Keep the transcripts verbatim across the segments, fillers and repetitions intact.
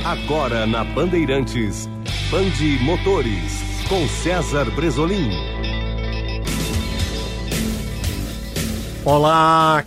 Agora na Bandeirantes, Band Motores, com César Bresolim. Olá,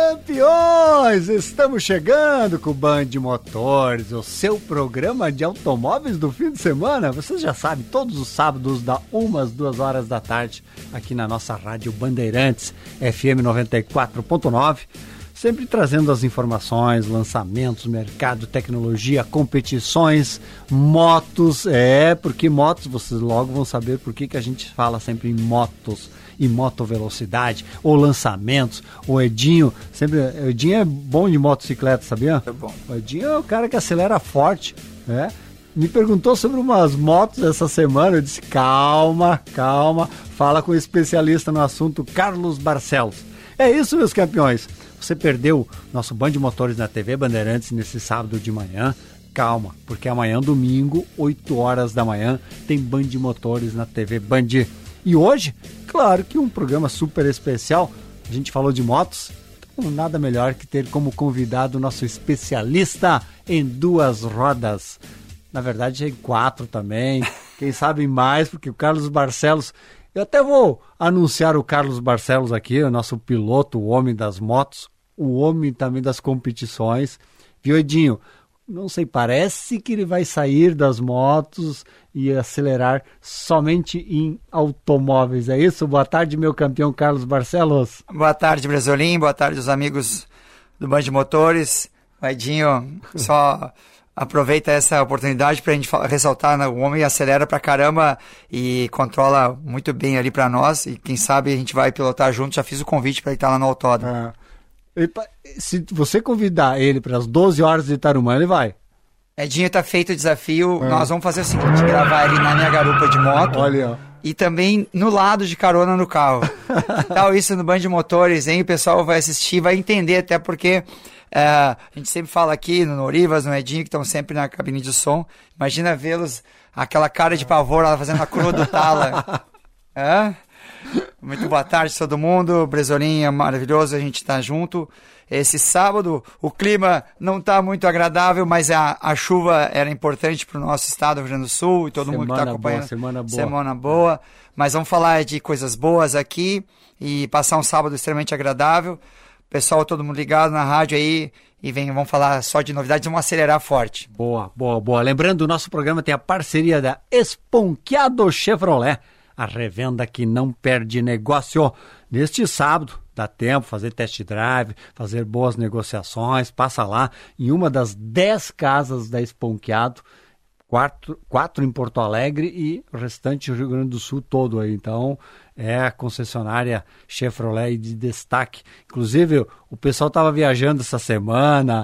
campeões! Estamos chegando com o Band Motores, o seu programa de automóveis do fim de semana. Vocês já sabem, todos os sábados, da uma às duas horas da tarde, aqui na nossa rádio Bandeirantes, F M noventa e quatro ponto nove. Sempre trazendo as informações, lançamentos, mercado, tecnologia, competições, motos. É, porque motos, vocês logo vão saber por que que a gente fala sempre em motos e motovelocidade, ou lançamentos. O Edinho, sempre, o Edinho é bom de motocicleta, sabia? É bom. O Edinho é o cara que acelera forte, né? Me perguntou sobre umas motos essa semana, eu disse, calma, calma, fala com o especialista no assunto, Carlos Barcelos. É isso, meus campeões. Você perdeu nosso Band Motores na T V Bandeirantes nesse sábado de manhã? Calma, porque amanhã, domingo, oito horas da manhã, tem Band Motores na T V Band. E hoje, claro que um programa super especial. A gente falou de motos, então nada melhor que ter como convidado o nosso especialista em duas rodas. Na verdade, em quatro também. Quem sabe mais, porque o Carlos Barcelos... Eu até vou anunciar o Carlos Barcelos aqui, o nosso piloto, o homem das motos, o homem também das competições. Viu, Edinho? Não sei, parece que ele vai sair das motos e acelerar somente em automóveis. É isso? Boa tarde, meu campeão Carlos Barcelos. Boa tarde, Bresolim. Boa tarde, os amigos do Band Motores. O Edinho só... aproveita essa oportunidade para a gente ressaltar, né? O homem acelera pra caramba e controla muito bem ali para nós. E quem sabe a gente vai pilotar junto. Já fiz o convite para ele estar lá no autódromo. É. Se você convidar ele para as doze horas de Tarumã, ele vai. Edinho, tá feito o desafio. É. Nós vamos fazer o seguinte: gravar ele na minha garupa de moto. Olha, ó. E também no lado de carona no carro. Tal isso no Band Motores, hein? O pessoal vai assistir, vai entender, até porque é, a gente sempre fala aqui no Norivas, no Edinho, que estão sempre na cabine de som. Imagina vê-los, aquela cara de pavor lá fazendo a crua do tala. É? Muito boa tarde a todo mundo. Bresolim é maravilhoso, a gente tá junto. Esse sábado o clima não tá muito agradável, mas a, a chuva era importante para o nosso estado do Rio Grande do Sul e todo semana mundo que está acompanhando. Boa, semana boa. Semana boa. Mas vamos falar de coisas boas aqui e passar um sábado extremamente agradável. Pessoal, todo mundo ligado na rádio aí e vem, vamos falar só de novidades, vamos acelerar forte. Boa, boa, boa. Lembrando, o nosso programa tem a parceria da Esponqueado Chevrolet, a revenda que não perde negócio. Neste sábado, dá tempo fazer test drive, fazer boas negociações, passa lá em uma das dez casas da Esponqueado, quatro, quatro em Porto Alegre e o restante do Rio Grande do Sul todo aí. Então, é a concessionária Chevrolet de destaque. Inclusive, o pessoal estava viajando essa semana,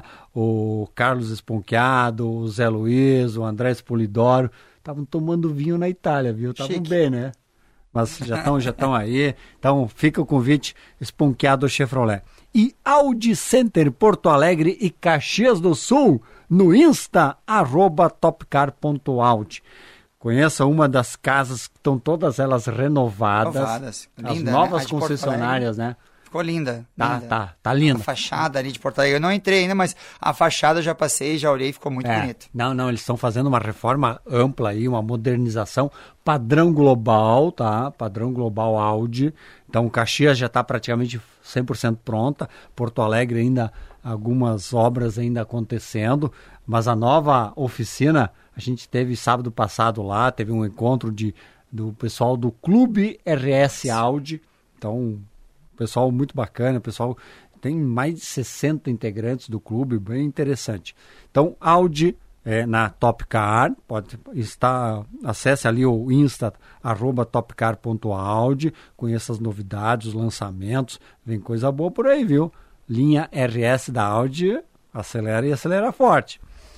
o Carlos Esponqueado, o Zé Luiz, o André Spolidoro, estavam tomando vinho na Itália, viu? Estavam bem, né? Mas já estão já estão aí. Então, fica o convite, Esponqueado Chevrolet. E Audi Center Porto Alegre e Caxias do Sul, no Insta, arroba topcar ponto audi. Conheça uma das casas que estão todas elas renovadas. Renovadas. As Linda, novas né? concessionárias, né? Ficou linda. Tá, linda. tá, tá linda. A fachada ali de Porto Alegre, eu não entrei ainda, mas a fachada eu já passei, já olhei, ficou muito é, bonita. Não, não, eles estão fazendo uma reforma ampla aí, uma modernização, padrão global, tá? Padrão global Audi. Então, Caxias já está praticamente cem por cento pronta, Porto Alegre ainda, algumas obras ainda acontecendo, mas a nova oficina, a gente teve sábado passado lá, teve um encontro de, do pessoal do Clube R S Audi, então... Pessoal muito bacana, pessoal tem mais de sessenta integrantes do clube, bem interessante. Então, Audi é, na Topcar, pode estar, acesse ali o Insta, arroba topcar ponto audi, conheça as novidades, os lançamentos, vem coisa boa por aí, viu? Linha R S da Audi, acelera e acelera forte.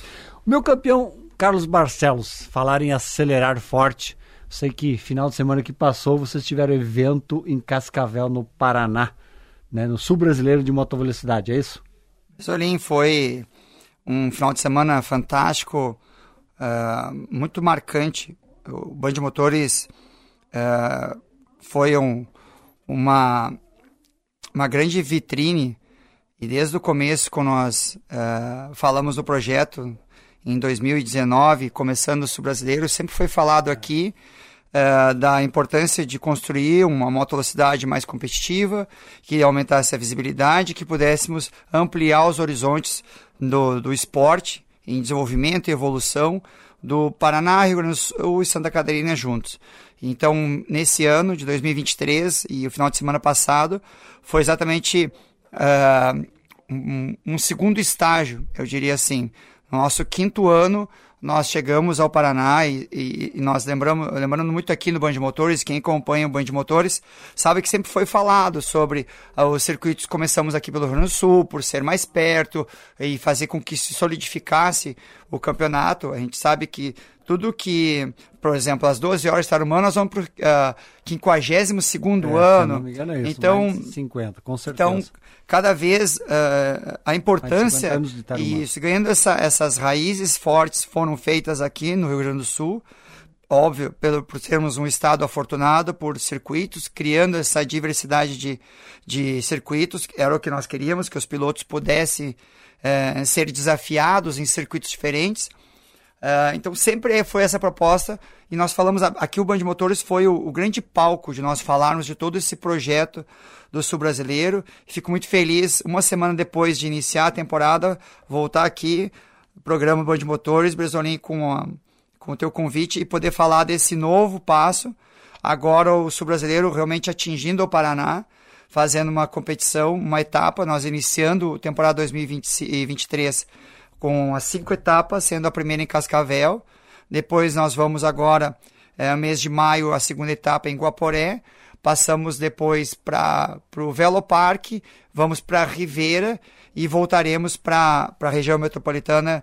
O meu campeão, Carlos Barcelos, falar em acelerar forte. Sei que final de semana que passou vocês tiveram evento em Cascavel, no Paraná, né, no Sul Brasileiro de Motovelocidade, é isso? Solim, foi um final de semana fantástico, uh, muito marcante. O Band Motores uh, foi um, uma, uma grande vitrine e desde o começo, quando nós uh, falamos do projeto em dois mil e dezenove, começando o Sul Brasileiro, sempre foi falado aqui uh, da importância de construir uma moto velocidade mais competitiva, que aumentasse a visibilidade, que pudéssemos ampliar os horizontes do, do esporte em desenvolvimento e evolução do Paraná, Rio Grande do Sul e Santa Catarina juntos. Então, nesse ano de dois mil e vinte e três e o final de semana passado, foi exatamente uh, um, um segundo estágio, eu diria assim. No nosso quinto ano, nós chegamos ao Paraná e, e, e nós lembramos, lembrando muito aqui no Band de Motores, quem acompanha o Band de Motores sabe que sempre foi falado sobre uh, os circuitos. Começamos aqui pelo Rio Grande do Sul, por ser mais perto e fazer com que se solidificasse o campeonato. A gente sabe que tudo que, por exemplo, às doze horas de Tarumã, nós vamos para o uh, quinquagésimo segundo é, ano. Se não me engano é isso, então, cinquenta, com certeza. Então, cada vez uh, a importância, e isso, ganhando essa, essas raízes fortes foram feitas aqui no Rio Grande do Sul, óbvio, pelo, por sermos um estado afortunado por circuitos, criando essa diversidade de, de circuitos, era o que nós queríamos, que os pilotos pudessem uh, ser desafiados em circuitos diferentes. Uh, então sempre foi essa proposta e nós falamos, aqui o Band de Motores foi o, o grande palco de nós falarmos de todo esse projeto do Sul Brasileiro. Fico muito feliz, uma semana depois de iniciar a temporada, voltar aqui, programa Band de Motores, Bresolim, com, a, com o teu convite e poder falar desse novo passo. Agora o Sul Brasileiro realmente atingindo o Paraná, fazendo uma competição, uma etapa, nós iniciando a temporada dois mil e vinte e três com as cinco etapas, sendo a primeira em Cascavel. Depois nós vamos agora, é, mês de maio, a segunda etapa em Guaporé. Passamos depois para o Veloparque, vamos para Rivera e voltaremos para a região metropolitana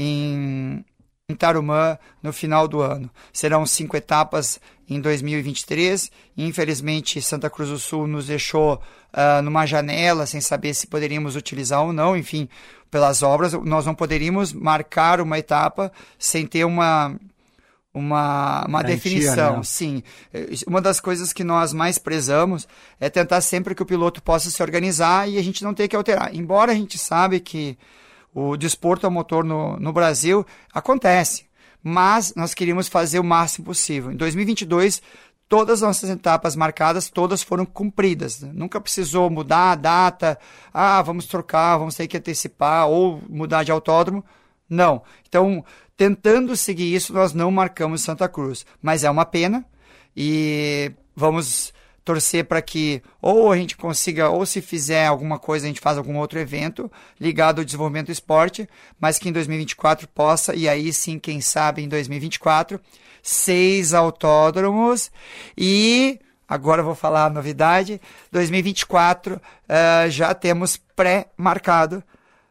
em, em Tarumã no final do ano. Serão cinco etapas em dois mil e vinte e três. Infelizmente, Santa Cruz do Sul nos deixou uh, numa janela, sem saber se poderíamos utilizar ou não. Enfim, pelas obras, nós não poderíamos marcar uma etapa sem ter uma, uma, uma Garantia, definição. né? Sim, uma das coisas que nós mais prezamos é tentar sempre que o piloto possa se organizar e a gente não ter que alterar. Embora a gente sabe que o desporto a motor no, no Brasil acontece, mas nós queríamos fazer o máximo possível. Em dois mil e vinte e dois, todas as nossas etapas marcadas, todas foram cumpridas. Né? Nunca precisou mudar a data, ah, vamos trocar, vamos ter que antecipar ou mudar de autódromo. Não. Então, tentando seguir isso, nós não marcamos Santa Cruz. Mas é uma pena e vamos torcer para que ou a gente consiga, ou se fizer alguma coisa, a gente faz algum outro evento ligado ao desenvolvimento do esporte, mas que em dois mil e vinte e quatro possa, e aí sim, quem sabe, em dois mil e vinte e quatro, seis autódromos e, agora eu vou falar a novidade, dois mil e vinte e quatro uh, já temos pré-marcado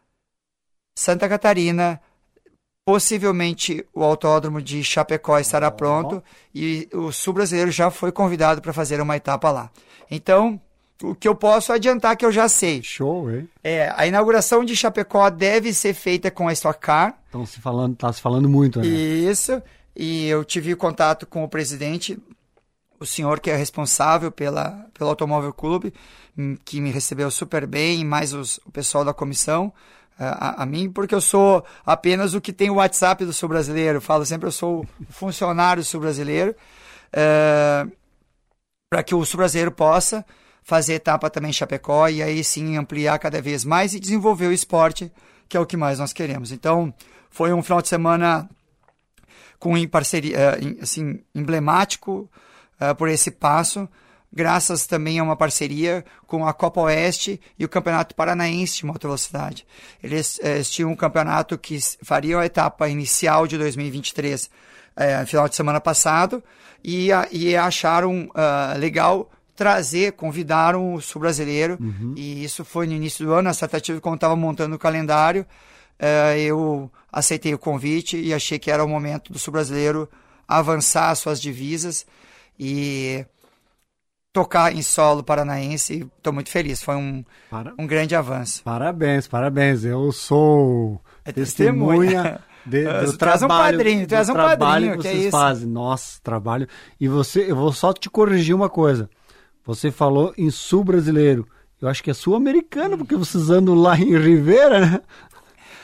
Santa Catarina, possivelmente o autódromo de Chapecó estará pronto e o Sul Brasileiro já foi convidado para fazer uma etapa lá. Então, o que eu posso adiantar que eu já sei. Show, hein? É, a inauguração de Chapecó deve ser feita com a Stock Car. Estão se falando, tá se falando muito, né? Isso, e eu tive contato com o presidente, o senhor que é responsável pela, pelo Automóvel Clube, que me recebeu super bem, mais os, o pessoal da comissão. A, a mim, porque eu sou apenas o que tem o WhatsApp do Sul Brasileiro. Eu falo sempre, eu sou o funcionário do Sul Brasileiro, é, para que o Sul Brasileiro possa fazer etapa também em Chapecó e aí sim ampliar cada vez mais e desenvolver o esporte, que é o que mais nós queremos. Então, foi um final de semana com em parceria, assim, emblemático uh, por esse passo, graças também a uma parceria com a Copa Oeste e o Campeonato Paranaense de Moto Velocidade. Eles, eles tinham um campeonato que faria a etapa inicial de dois mil e vinte e três, é, final de semana passado, e, e acharam uh, legal trazer, convidaram o Sul Brasileiro, uhum. E isso foi no início do ano, a tratativa, quando estava montando o calendário, uh, eu aceitei o convite e achei que era o momento do Sul Brasileiro avançar as suas divisas e tocar em solo paranaense. Estou muito feliz, foi um, Para... um grande avanço. Parabéns, parabéns. Eu sou é testemunha de, do traz trabalho, um padrinho, do traz um trabalho padrinho, que que vocês é isso? fazem. Nossa, trabalho. E você, eu vou só te corrigir uma coisa. Você falou em Sul Brasileiro. Eu acho que é sul-americano, porque vocês andam lá em Rivera, né?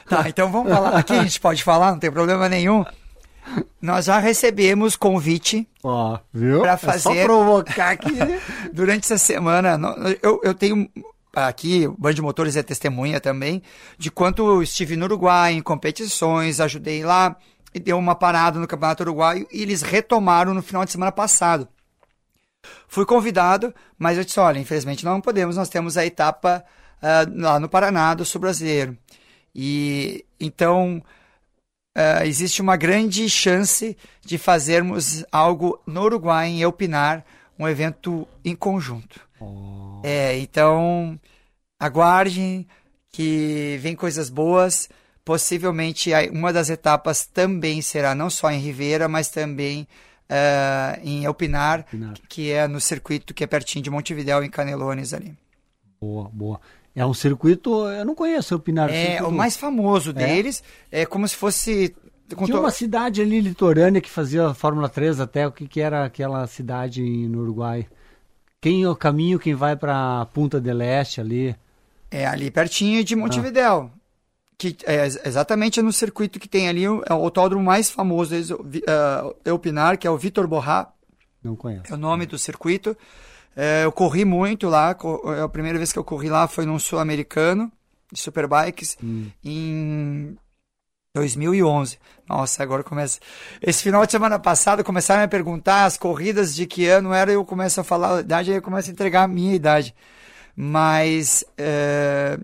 Tá, então vamos falar. Aqui a gente pode falar, não tem problema nenhum. Nós já recebemos convite Ó, viu? para É só fazer provocar aqui. durante essa semana. no- Eu, eu tenho aqui, o Band de Motores é testemunha também, de quanto eu estive no Uruguai em competições, ajudei lá e deu uma parada no Campeonato Uruguaio e eles retomaram no final de semana passado. Fui convidado, mas eu disse, olha, infelizmente não podemos, nós temos a etapa ah, lá no Paraná do Sul Brasileiro. E então ah, existe uma grande chance de fazermos algo no Uruguai, em Elpinar, um evento em conjunto. Oh, É, então aguardem que vem coisas boas. Possivelmente a- uma das etapas também será não só em Rivera, mas também ah, em Elpinar, Elpinar. que é no circuito que é pertinho de Montevidéu, em Canelones ali. boa, boa. É um circuito, eu não conheço o Pinar. É circuito- o mais famoso deles, é como se fosse... com Tinha to- uma cidade ali litorânea que fazia a Fórmula três até, o que, que era aquela cidade em- no Uruguai? Quem é o caminho, quem vai para Punta del Este ali? É ali pertinho de Montevidéu. Que é ex- exatamente no circuito que tem ali o, é o autódromo mais famoso deles, o Vi- ah, Elpinar, que é o Vitor Borrá, Não conheço. é o nome do circuito. É, eu corri muito lá, co- a primeira vez que eu corri lá foi num sul-americano de Superbikes Hum. em dois mil e onze. Nossa, agora começa. Esse final de semana passado começaram a me perguntar as corridas de que ano era, eu começo a falar a idade, aí eu começo a entregar a minha idade. Mas é,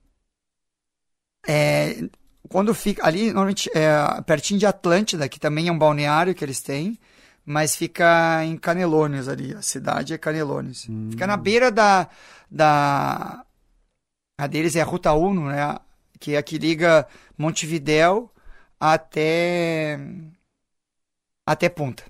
é, quando fica ali, normalmente é pertinho de Atlântida, que também é um balneário que eles têm, mas fica em Canelones ali, a cidade é Canelones. Fica na beira da, da a deles é a Ruta Uno, né? Que é a que liga Montevidéu até até Punta.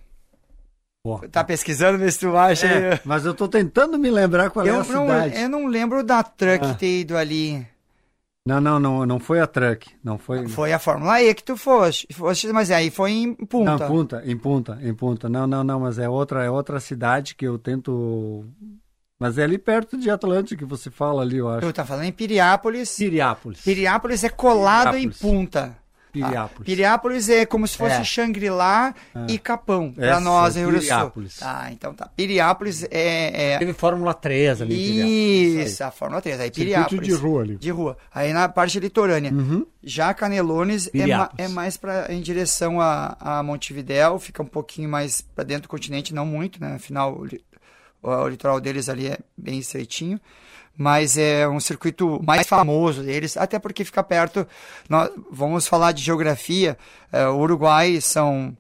Boa. Tá pesquisando, ver se tu acha aí? É, mas eu tô tentando me lembrar qual é Eu a não, cidade. eu não lembro da truck Ah. ter ido ali. Não, não, não, não foi a Truck, não foi... Foi a Fórmula E que tu foste, foste mas aí foi em Punta. Não, Punta, em Punta, em Punta. Não, não, não, mas é outra, é outra cidade que eu tento... Mas é ali perto de Atlântica que você fala ali, eu acho. Eu tava falando em Piriápolis. Piriápolis. Piriápolis é colado Piriápolis. em Punta. Piriápolis. Ah, Piriápolis é como se fosse É. Shangri-La e Capão, pra Essa, nós em Rio Grande do Sul. Piriápolis. Tá, então tá. Piriápolis é... é... Teve Fórmula três ali em Piriápolis. Isso, a Fórmula três. Aí Circuito Piriápolis. de rua ali. De rua. Aí na parte litorânea. Uhum. Já Canelones é, ma- Piriápolis. é mais pra, em direção a, a Montevidéu, fica um pouquinho mais pra dentro do continente, não muito, né? Afinal, o, li- o, o litoral deles ali é bem estreitinho. Mas é um circuito mais famoso deles, até porque fica perto. Nós, vamos falar de geografia. eh, o Uruguai são,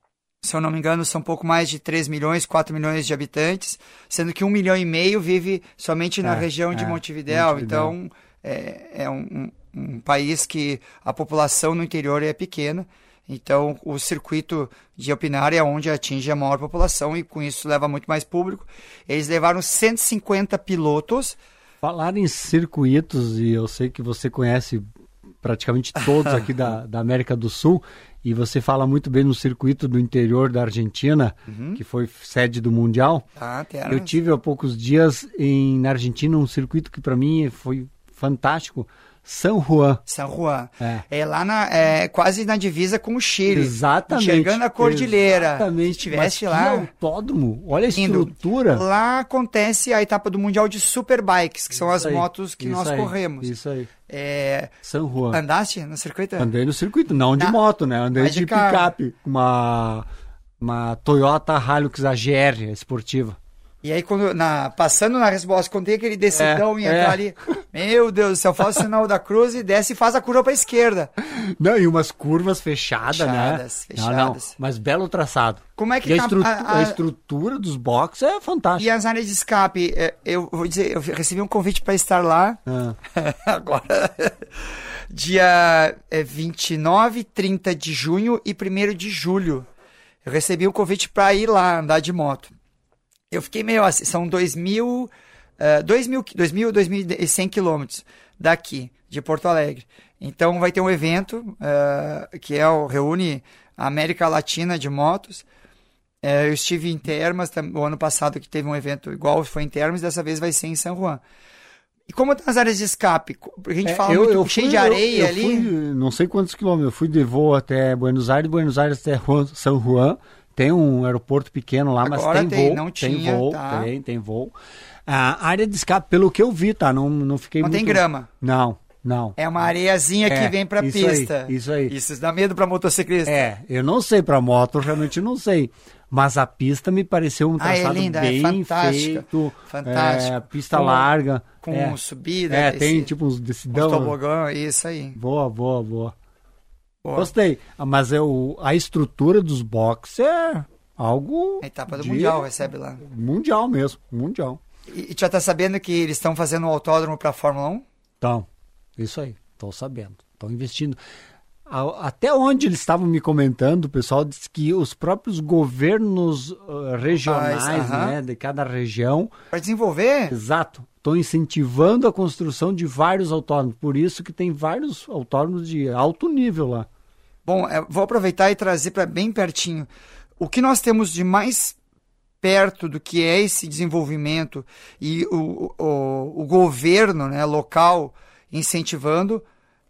se eu não me engano, são pouco mais de três milhões, quatro milhões de habitantes, sendo que um milhão e meio vive somente na É, região de é, Montevidéu. Montevidéu. Então, é, é um, um, um país que a população no interior é pequena. Então, o circuito de Elpinar é onde atinge a maior população e com isso leva muito mais público. Eles levaram cento e cinquenta pilotos. Falar em circuitos, e eu sei que você conhece praticamente todos aqui da, da América do Sul, e você fala muito bem no circuito do interior da Argentina, que foi sede do Mundial. Ah, terras. Eu tive há poucos dias em, na Argentina um circuito que para mim foi fantástico, San Juan. San Juan. É. É, lá na, é, quase na divisa com o Chile. Exatamente. Enxergando a cordilheira. Exatamente. Se tivesse Mas lá. que autódromo, olha a Lindo. estrutura. Lá acontece a etapa do Mundial de Superbikes, que são as Isso aí, motos que isso nós aí, corremos. Isso aí. É, San Juan. andaste no circuito? Andei no circuito, não de Na- moto, né? Andei mas de, de carro. picape, uma, uma Toyota Hilux A G R esportiva. E aí, quando, na, passando na resposta, quando tem aquele decidão É, e entrar é. ali, meu Deus do céu, faz o sinal da cruz e desce e faz a curva pra esquerda. Não, e umas curvas fechadas, Fechadas, né? Não, não, fechadas. mas belo traçado. Como é que E a, cap- estru- a- a a- estrutura dos boxes é E fantástica. as áreas de escape, é, eu vou dizer, eu recebi um convite para estar lá Ah, agora, dia é, vinte e nove, trinta de junho e primeiro de julho. Eu recebi um convite para ir lá andar de moto. Eu fiquei meio assim, são dois mil, eh, dois mil, dois mil, dois mil e cem quilômetros daqui, de Porto Alegre. Então vai ter um evento eh, que é o reúne a América Latina de motos. Eh, eu estive em Termas tam- o ano passado que teve um evento igual, foi em Termas, dessa vez vai ser em San Juan. E como tá as áreas de escape? Porque a gente É, fala eu, muito eu cheio fui- de areia eu, eu ali. Fui, não sei quantos quilômetros, eu fui de voo até Buenos Aires, Buenos Aires até Juan- São Juan. Tem um aeroporto pequeno lá, mas Agora tem, tem, voo. não tem tinha, voo, tá. tem, tem voo. A área de escape, pelo que eu vi, tá? Não, não fiquei Não muito... tem grama. Não, não. É uma areiazinha que É, vem pra isso pista. aí, isso aí. Isso dá medo pra motociclista. É, eu não sei pra moto, eu realmente não sei. Mas a pista me pareceu um Ah, é traçado linda, é bem fantástica, feito. fantástica. É, pista Com- larga. Com é. subida. É, esse- tem tipo uns decidão. uns tobogã, isso aí. Boa, boa, boa. Boa. Gostei. Ah, Mas eu, a estrutura dos boxes é algo... A etapa do de- Mundial recebe lá. Mundial mesmo, mundial. E, e tu já tá sabendo que eles estão fazendo um autódromo pra Fórmula um? Então, isso aí, estou sabendo. Estão investindo. A- Até onde eles estavam me comentando, o pessoal disse que os próprios governos uh, regionais, aham. né, de cada região, Pra desenvolver? exato, estão incentivando a construção de vários autódromos. Por isso que tem vários autódromos de alto nível lá. Bom, eu vou aproveitar e trazer para bem pertinho. O que nós temos de mais perto do que é esse desenvolvimento e o, o, o governo, né, local incentivando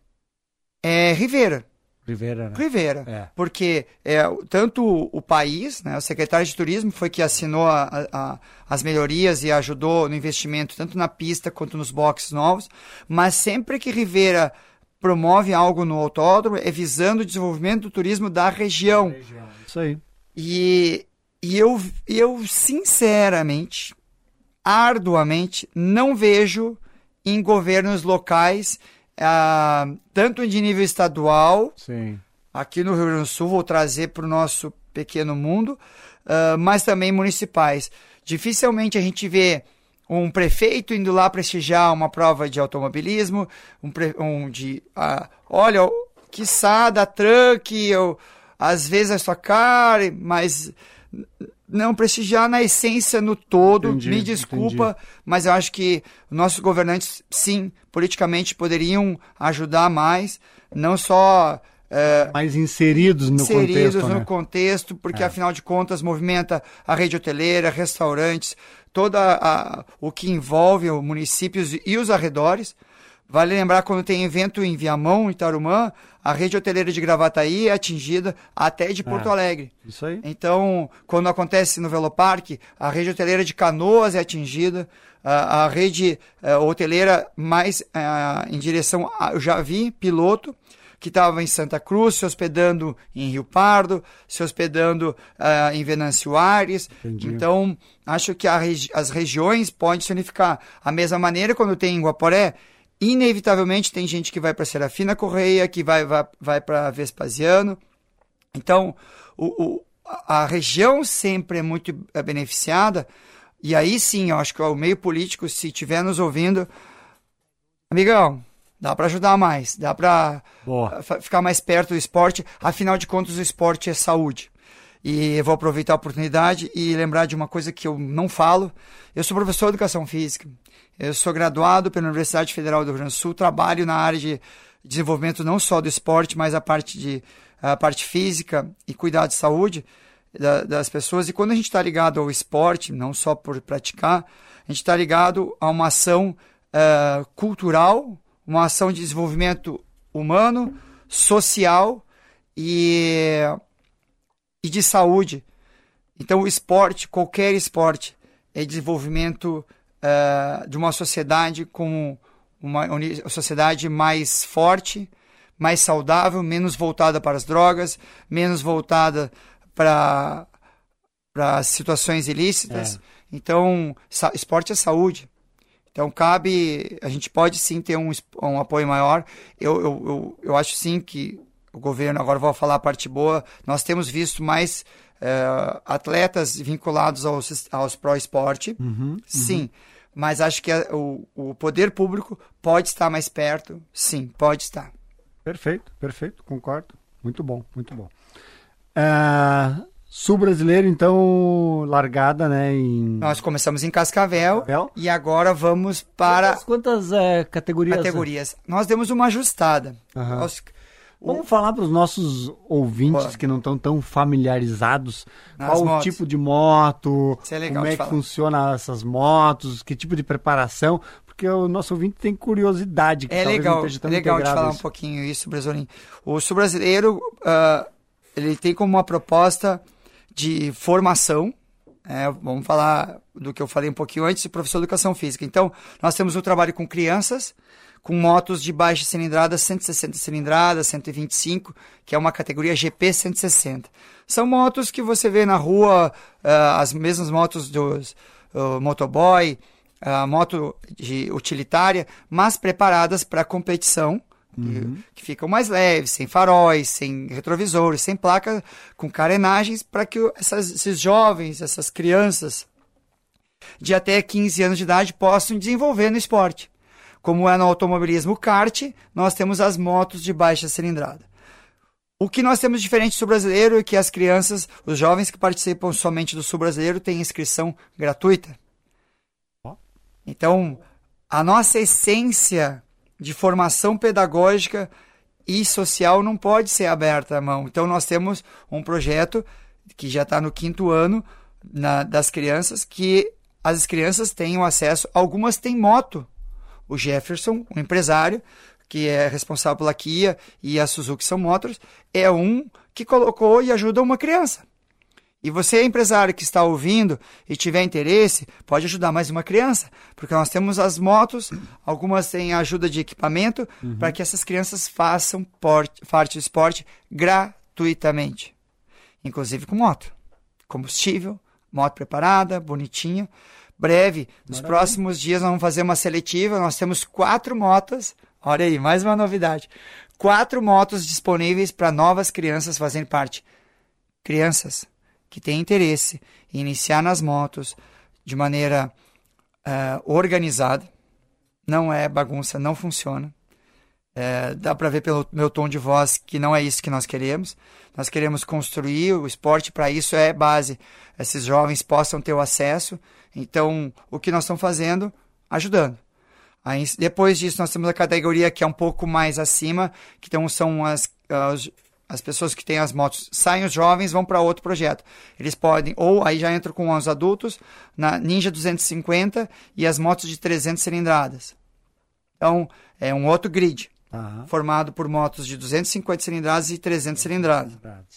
é Rivera. Rivera, né? Rivera. É. Porque é, tanto o, o país, né, o secretário de turismo foi que assinou a, a- a- as melhorias e ajudou no investimento tanto na pista quanto nos boxes novos, mas sempre que Rivera promove algo no autódromo é visando o desenvolvimento do turismo da região. Isso aí. E, e eu, eu, sinceramente, arduamente, não vejo em governos locais, ah, tanto de nível estadual, Sim. aqui no Rio Grande do Sul, vou trazer para o nosso pequeno mundo, ah, mas também municipais. Dificilmente a gente vê um prefeito indo lá prestigiar uma prova de automobilismo, um, pre, um de, ah, olha, quiçá da truck, eu, às vezes a sua cara, mas não prestigiar na essência no todo. Entendi, Me desculpa, entendi. mas eu acho que nossos governantes, sim, politicamente poderiam ajudar mais, não só é, Mais inseridos no inseridos contexto, no né? contexto, porque É. afinal de contas movimenta a rede hoteleira, restaurantes, toda a, o que envolve os municípios e os arredores. Vale lembrar, quando tem evento em Viamão, em Tarumã, a rede hoteleira de Gravataí é atingida até de Porto É. Alegre. Isso aí. Então, quando acontece no Veloparque, a rede hoteleira de Canoas é atingida, a, a rede eh, hoteleira mais eh, em direção, a, eu já vi piloto que estava em Santa Cruz, se hospedando em Rio Pardo, se hospedando eh, em Venâncio Aires. Entendi. Então, acho que a regi- as regiões podem se unificar. A mesma maneira, quando tem em Guaporé, inevitavelmente tem gente que vai para Serafina Correia, que vai, vai, vai para Vespasiano. Então, o, o, a a região sempre é muito é, beneficiada, e aí sim, eu acho que o meio político, se estiver nos ouvindo, amigão, dá para ajudar mais, dá para Boa. ficar mais perto do esporte, afinal de contas o esporte é saúde. E eu vou aproveitar a oportunidade e lembrar de uma coisa que eu não falo. Eu sou professor de educação física, eu sou graduado pela Universidade Federal do Rio Grande do Sul, trabalho na área de desenvolvimento não só do esporte, mas a parte, de, a parte física e cuidado de saúde da, das pessoas. E quando a gente está ligado ao esporte, não só por praticar, a gente está ligado a uma ação uh, cultural, uma ação de desenvolvimento humano, social e, e de saúde. Então o esporte, qualquer esporte, é desenvolvimento uh, de uma sociedade com uma uni- sociedade mais forte, mais saudável, menos voltada para as drogas, menos voltada para para situações ilícitas. É. Então, sa- esporte é saúde. Então, cabe, a gente pode sim ter um, es- um apoio maior. Eu, eu, eu, eu acho sim que o governo, agora vou falar a parte boa, nós temos visto mais eh, atletas vinculados aos, aos pró-esporte, Uhum, sim. Mas acho que a- o, o poder público pode estar mais perto, sim, pode estar. Perfeito, perfeito, concordo. Muito bom, muito bom. Ah, Sul brasileiro, então, largada, né, em... Nós começamos em Cascavel, Cascavel. e agora vamos para Quantas, quantas eh, categorias? categorias. Nós demos uma ajustada. Aham. Nós- o- Vamos falar para os nossos ouvintes Bora. que não estão tão familiarizados Nas qual o motos. tipo de moto, Isso é legal como de é que falar. funciona essas motos, que tipo de preparação, porque porque o nosso ouvinte tem curiosidade. Que é legal, é legal de falar isso. um pouquinho isso, Bresolim. O Sul Brasileiro, uh, ele tem como uma proposta de formação, é, vamos falar do que eu falei um pouquinho antes, de professor de educação física. Então, nós temos um trabalho com crianças, com motos de baixa cilindrada, cento e sessenta cilindradas, cento e vinte e cinco, que é uma categoria G P cento e sessenta. São motos que você vê na rua, uh, as mesmas motos dos uh, motoboy, uh, moto de utilitária, mas preparadas para competição, uhum. que, que ficam mais leves, sem faróis, sem retrovisores, sem placa, com carenagens, para que essas, esses jovens, essas crianças de até quinze anos de idade possam desenvolver no esporte. Como é no automobilismo kart, nós temos as motos de baixa cilindrada. O que nós temos diferente do Sul Brasileiro é que as crianças, os jovens que participam somente do Sul Brasileiro têm inscrição gratuita. Então, a nossa essência de formação pedagógica e social não pode ser aberta à mão. Então, nós temos um projeto que já está no quinto ano na, das crianças, que as crianças tenham acesso, algumas têm moto. O Jefferson, um empresário, que é responsável pela Kia e a Suzuki São Motors, é um que colocou e ajuda uma criança. E você, empresário que está ouvindo e tiver interesse, pode ajudar mais uma criança, porque nós temos as motos, algumas têm ajuda de equipamento, uhum. para que essas crianças façam porte, parte do esporte gratuitamente. Inclusive com moto. Combustível, moto preparada, bonitinha. Breve, nos Maravilha. próximos dias nós vamos fazer uma seletiva, nós temos quatro motos, olha aí, mais uma novidade, quatro motos disponíveis para novas crianças fazerem parte. Crianças que têm interesse em iniciar nas motos de maneira uh, organizada, não é bagunça, não funciona. É, dá para ver pelo meu tom de voz que não é isso que nós queremos. Nós queremos construir o esporte, para isso é base. Esses jovens possam ter o acesso. Então, o que nós estamos fazendo? Ajudando. Aí, depois disso, nós temos a categoria que é um pouco mais acima, que então são as, as, as pessoas que têm as motos. Saem os jovens, vão para outro projeto. Eles podem, ou aí já entram com os adultos, na Ninja duzentos e cinquenta e as motos de trezentas cilindradas. Então, é um outro grid. Uhum. Formado por motos de duzentas e cinquenta cilindradas e trezentas cilindradas.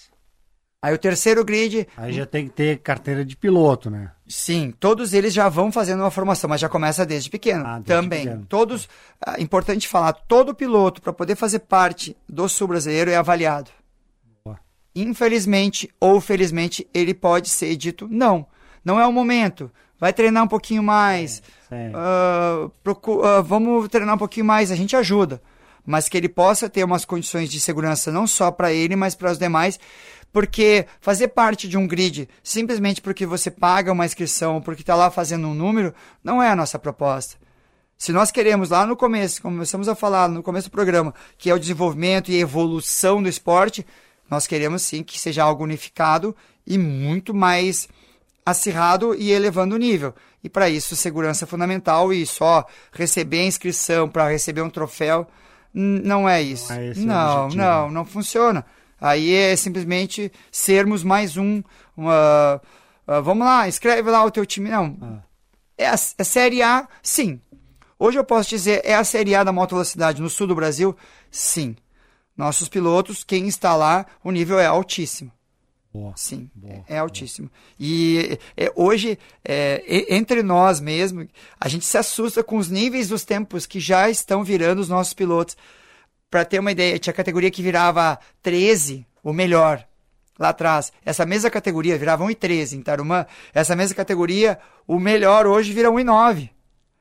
Aí o terceiro grid... Aí já tem que ter carteira de piloto, né? Sim, todos eles já vão fazendo uma formação, mas já começa desde pequeno. Ah, desde também. Pequeno. Todos, é importante falar, todo piloto, para poder fazer parte do Sul Brasileiro, é avaliado. Boa. Infelizmente ou felizmente, ele pode ser dito não. Não é o momento. Vai treinar um pouquinho mais. É, uh, procu- uh, vamos treinar um pouquinho mais, a gente ajuda. Mas que ele possa ter umas condições de segurança não só para ele, mas para os demais, porque fazer parte de um grid simplesmente porque você paga uma inscrição, porque está lá fazendo um número, não é a nossa proposta. Se nós queremos lá no começo, começamos a falar no começo do programa, que é o desenvolvimento e evolução do esporte, nós queremos sim que seja algo unificado e muito mais acirrado e elevando o nível. E para isso, segurança é fundamental, e só receber a inscrição para receber um troféu não é isso. Não, é não, não, não funciona. Aí é simplesmente sermos mais um. Uma, uh, vamos lá, escreve lá o teu time. Não. Ah. É a, a Série A, sim. Hoje eu posso dizer, é a Série A da moto velocidade no sul do Brasil? Sim. Nossos pilotos, quem está lá, o nível é altíssimo. Boa, Sim, boa, é, é altíssimo. Boa. E é, hoje, é, entre nós mesmo, a gente se assusta com os níveis dos tempos que já estão virando os nossos pilotos. Para ter uma ideia, tinha categoria que virava treze, o melhor, lá atrás. Essa mesma categoria virava um e treze em Tarumã. Essa mesma categoria, o melhor hoje vira um e nove.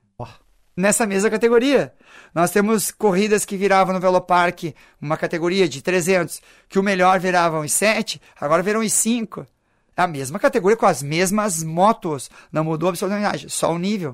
Nessa mesma categoria. Nós temos corridas que viravam no Velopark, uma categoria de trezentos, que o melhor virava um e sete, agora viram um e cinco. É a mesma categoria com as mesmas motos. Não mudou absolutamente nada, só o nível.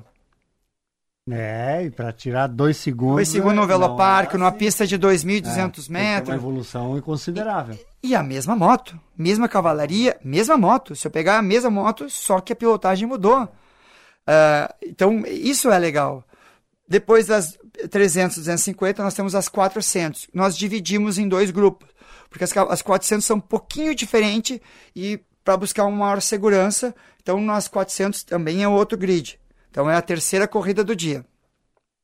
É, e para tirar dois segundos... Dois segundos no Velopark, é numa assim. Pista de dois mil e duzentos é, metros. É uma evolução considerável. E, e a mesma moto, mesma cavalaria, mesma moto. Se eu pegar a mesma moto, só que a pilotagem mudou. Uh, então, isso é legal. Depois das trezentos, duzentos e cinquenta, nós temos as quatrocentos. Nós dividimos em dois grupos, porque as, as quatrocentos são um pouquinho diferentes e para buscar uma maior segurança, então nas quatrocentos também é outro grid. Então é a terceira corrida do dia.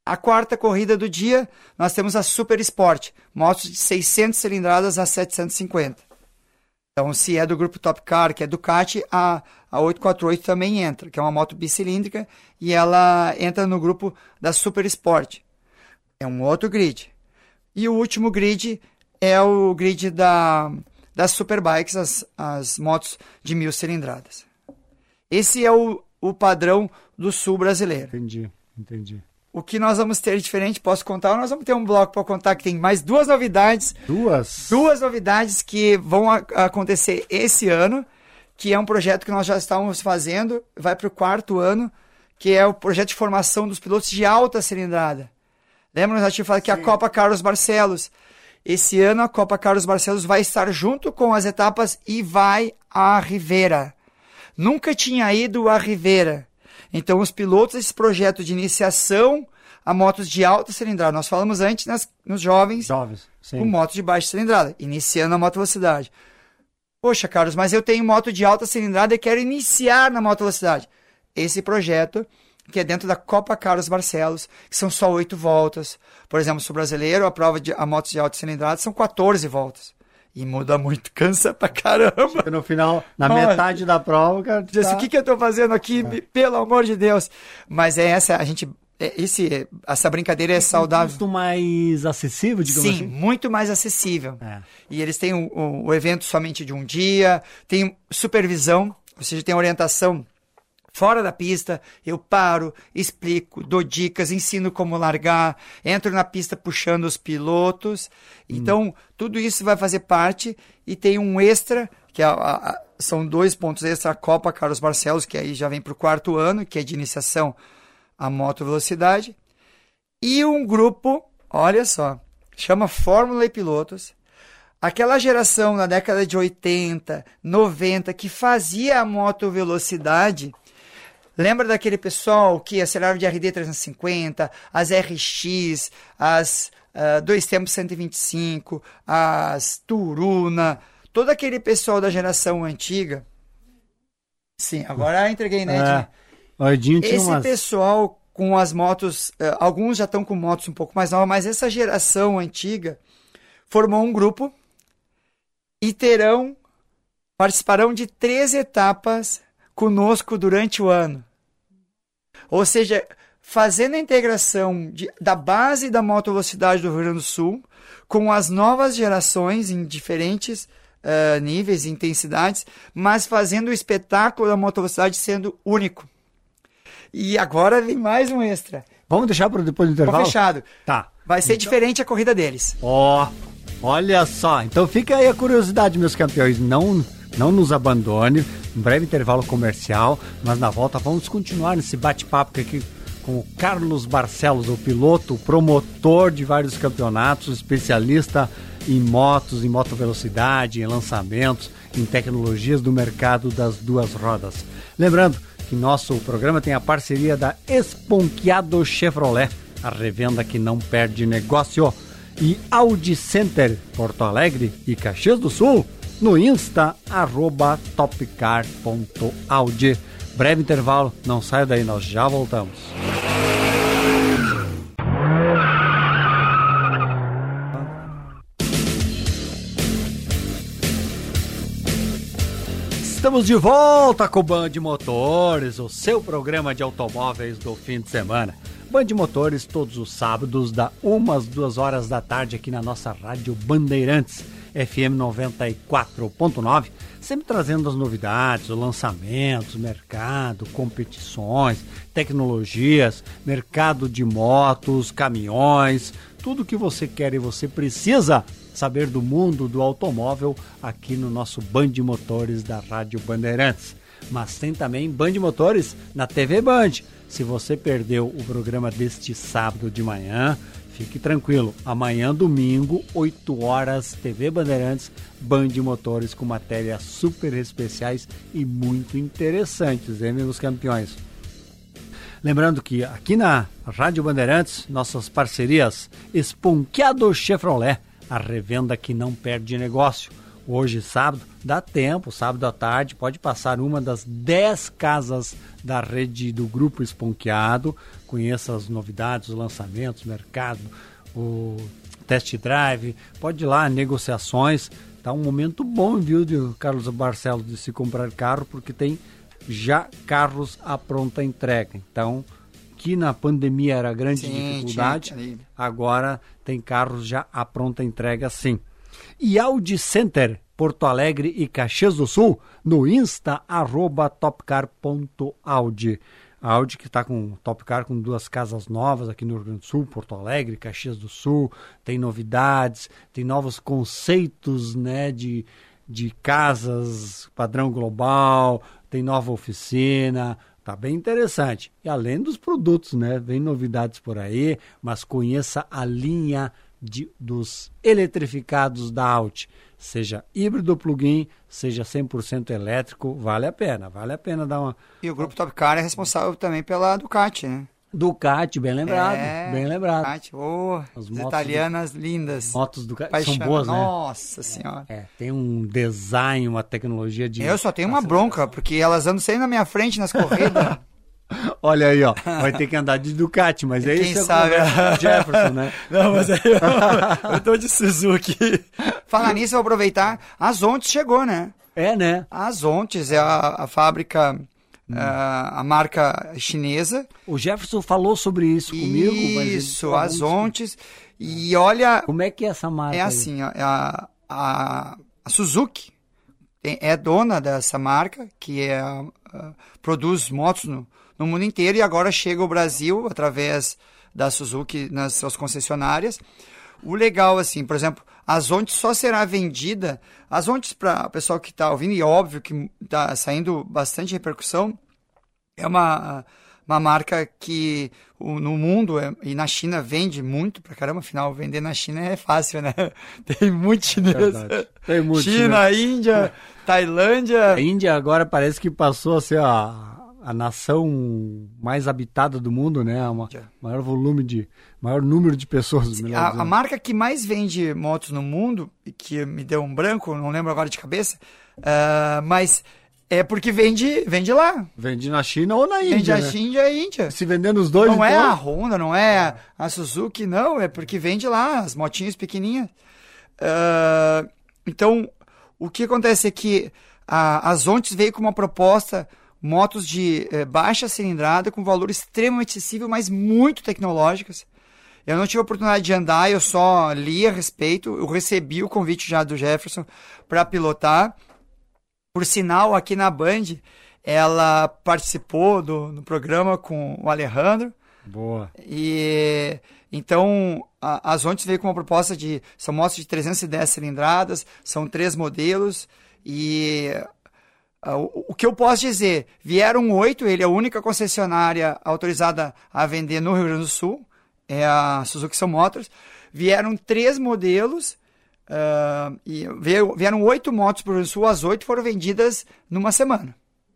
A quarta corrida do dia, nós temos a Super Sport, motos de seiscentas cilindradas a setecentos e cinquenta. Então, se é do grupo Top Car, que é Ducati, a, a oitocentos e quarenta e oito também entra, que é uma moto bicilíndrica, e ela entra no grupo da Super Sport. É um outro grid. E o último grid é o grid da, das Superbikes, as, as motos de mil cilindradas. Esse é o, o padrão do sul brasileiro. Entendi, entendi. O que nós vamos ter de diferente, posso contar? Nós vamos ter um bloco para contar que tem mais duas novidades. Duas? Duas novidades que vão a, acontecer esse ano, que é um projeto que nós já estávamos fazendo, vai para o quarto ano, que é o projeto de formação dos pilotos de alta cilindrada. Lembra que nós tínhamos falado que Sim. a Copa Carlos Barcelos. Esse ano a Copa Carlos Barcelos vai estar junto com as etapas e vai à Rivera. Nunca tinha ido à Rivera. Então, os pilotos desse projeto de iniciação a motos de alta cilindrada, nós falamos antes nas, nos jovens, jovens sim. com motos de baixa cilindrada, iniciando a moto velocidade. Poxa, Carlos, mas eu tenho moto de alta cilindrada e quero iniciar na moto velocidade. Esse projeto, que é dentro da Copa Carlos Barcelos, que são só oito voltas. Por exemplo, se o brasileiro, a prova de a motos de alta cilindrada são quatorze voltas. E muda muito, cansa pra caramba. Chega no final, na Olha, metade da prova, cara. Diz, tá... O que, que eu tô fazendo aqui? É. Pelo amor de Deus. Mas é essa, a gente. É, esse, essa brincadeira é, é saudável. Muito mais acessível, digamos Sim, assim? Sim, muito mais acessível. É. E eles têm o, o, o evento somente de um dia, tem supervisão, ou seja, tem orientação. Fora da pista, eu paro, explico, dou dicas, ensino como largar, entro na pista puxando os pilotos. Então, hum. tudo isso vai fazer parte e tem um extra, que é a, a, são dois pontos extra, a Copa Carlos Barcelos, que aí já vem para o quarto ano, que é de iniciação à moto velocidade. E um grupo, olha só, chama Fórmula e Pilotos. Aquela geração na década de oitenta, noventa, que fazia a moto velocidade... Lembra daquele pessoal que acelerava de R D trezentos e cinquenta, as R X, as uh, dois tempos cento e vinte e cinco, as Turuna, todo aquele pessoal da geração antiga. Sim, agora entreguei, né, é, o Edinho tinha Esse umas... pessoal com as motos, uh, alguns já estão com motos um pouco mais novas, mas essa geração antiga formou um grupo e terão, participarão de três etapas conosco durante o ano. Ou seja, fazendo a integração de, da base da moto velocidade do Rio Grande do Sul com as novas gerações em diferentes uh, níveis e intensidades, mas fazendo o espetáculo da moto velocidade sendo único. E agora vem mais um extra. Vamos deixar para depois do intervalo? Fechado. Tá. Vai ser então... diferente a corrida deles. Ó, oh, olha só. Então fica aí a curiosidade, meus campeões. Não... Não nos abandone, um breve intervalo comercial, mas na volta vamos continuar nesse bate-papo aqui com o Carlos Barcelos, o piloto, o promotor de vários campeonatos, especialista em motos, em moto velocidade, em lançamentos, em tecnologias do mercado das duas rodas. Lembrando que nosso programa tem a parceria da Esponquiado Chevrolet, a revenda que não perde negócio, e Audi Center Porto Alegre e Caxias do Sul, no Insta, arroba topcar ponto audi. Breve intervalo, não saia daí, nós já voltamos. Estamos de volta com o Band Motores, o seu programa de automóveis do fim de semana. Band Motores todos os sábados, da uma às duas horas da tarde, aqui na nossa Rádio Bandeirantes, F M noventa e quatro ponto nove, sempre trazendo as novidades, os lançamentos, mercado, competições, tecnologias, mercado de motos, caminhões, tudo que você quer e você precisa saber do mundo do automóvel aqui no nosso Band Motores da Rádio Bandeirantes. Mas tem também Band Motores na T V Band. Se você perdeu o programa deste sábado de manhã, fique tranquilo. Amanhã, domingo, oito horas, T V Bandeirantes, Band Motores com matérias super especiais e muito interessantes, hein, meus campeões? Lembrando que aqui na Rádio Bandeirantes, nossas parcerias Esponquiado Chevrolet, a revenda que não perde negócio. hoje sábado, dá tempo, sábado à tarde, pode passar numa das dez casas da rede do Grupo Esponqueado, conheça as novidades, os lançamentos, o mercado, o test drive, pode ir lá, negociações, tá um momento bom, viu, de Carlos Barcelos, de se comprar carro, porque tem já carros à pronta entrega. Então, que na pandemia era grande sim, dificuldade, tinha, agora tem carros já à pronta entrega, sim. E Audi Center, Porto Alegre e Caxias do Sul, no Insta, arroba topcar.audi. A Audi que está com Topcar com duas casas novas aqui no Rio Grande do Sul, Porto Alegre, Caxias do Sul, tem novidades, tem novos conceitos, né, de, de casas, padrão global, tem nova oficina, tá bem interessante. E além dos produtos, né, vem novidades por aí, mas conheça a linha de, dos eletrificados da Audi. Seja híbrido plug-in, seja cem por cento elétrico, vale a pena, vale a pena dar uma... E o Grupo Topcar é responsável também pela Ducati, né? Ducati, bem lembrado, é, bem lembrado. Ducati, oh, as italianas do, lindas. Motos Ducati são boas, né? Nossa senhora. É, tem um design, uma tecnologia de... Eu só tenho uma bronca, porque elas andam sempre na minha frente nas corridas. Olha aí, ó, vai ter que andar de Ducati, mas é Quem isso sabe? É Jefferson, né? Não, mas aí eu, eu tô de Suzuki. Falar nisso, eu vou aproveitar. A Zontes chegou, né? É, né? A Zontes é a, a fábrica, hum. a, a marca chinesa. O Jefferson falou sobre isso comigo. Isso, a Zontes. E olha... Como é que é essa marca? É assim, a, a, a Suzuki é dona dessa marca, que é, a, produz motos no, no mundo inteiro, e agora chega ao Brasil através da Suzuki nas suas concessionárias. O legal, assim, por exemplo, a Zontes só será vendida... A Zontes, para o pessoal que está ouvindo, e óbvio que está saindo bastante repercussão, é uma, uma marca que o, no mundo é, e na China vende muito pra caramba. Afinal, vender na China é fácil, né? Tem muito chinês. É Tem muito China, chinês. Índia, Tailândia... A Índia agora parece que passou a ser a... a nação mais habitada do mundo, né? Uma, maior volume de, maior número de pessoas. A, a marca que mais vende motos no mundo, que me deu um branco, não lembro agora de cabeça, uh, mas é porque vende, vende lá. Vende na China ou na Índia, Vende na né? China e a Índia. Se vender nos dois, não então... é a Honda, não é a Suzuki, não, é porque vende lá, as motinhas pequenininhas. Uh, então, o que acontece é que a, a Zontes veio com uma proposta... motos de eh, baixa cilindrada com valor extremamente acessível, mas muito tecnológicas. Eu não tive a oportunidade de andar, eu só li a respeito. Eu recebi o convite já do Jefferson para pilotar. Por sinal, aqui na Band, ela participou do, do programa com o Alejandro. Boa. E então a, a Zontes veio com uma proposta de... São motos de trezentas e dez cilindradas, são três modelos e... Uh, o que eu posso dizer, vieram oito, ele é a única concessionária autorizada a vender no Rio Grande do Sul, é a Suzuki São Motors. Vieram três modelos, uh, e veio, vieram oito motos para o Rio Grande do Sul, as oito foram vendidas numa semana.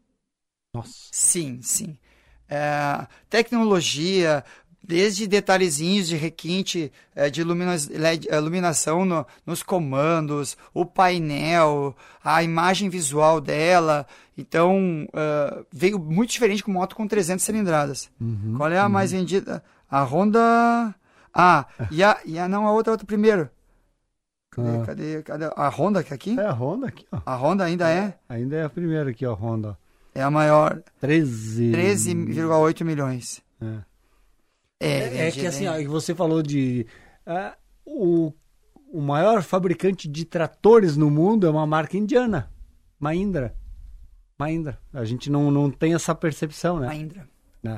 Nossa. Sim, sim. Uh, tecnologia... Desde detalhezinhos de requinte, de ilumina- iluminação no, nos comandos, o painel, a imagem visual dela. Então, uh, veio muito diferente com moto com trezentas cilindradas. Uhum, Qual é a uhum. mais vendida? A Honda... Ah, e a, e a não, a outra, a outra primeiro. Cadê, Ah. cadê, cadê? A Honda que é aqui? É a Honda aqui, ó. A Honda ainda é? Ainda é a primeira aqui, ó, a Honda. É a maior. treze... treze vírgula oito milhões. É. É, É, é vendida, que assim, hein? ó, você falou de... ah, o, o maior fabricante de tratores no mundo é uma marca indiana, Mahindra. Mahindra. A gente não, não tem essa percepção, né? Mahindra. É.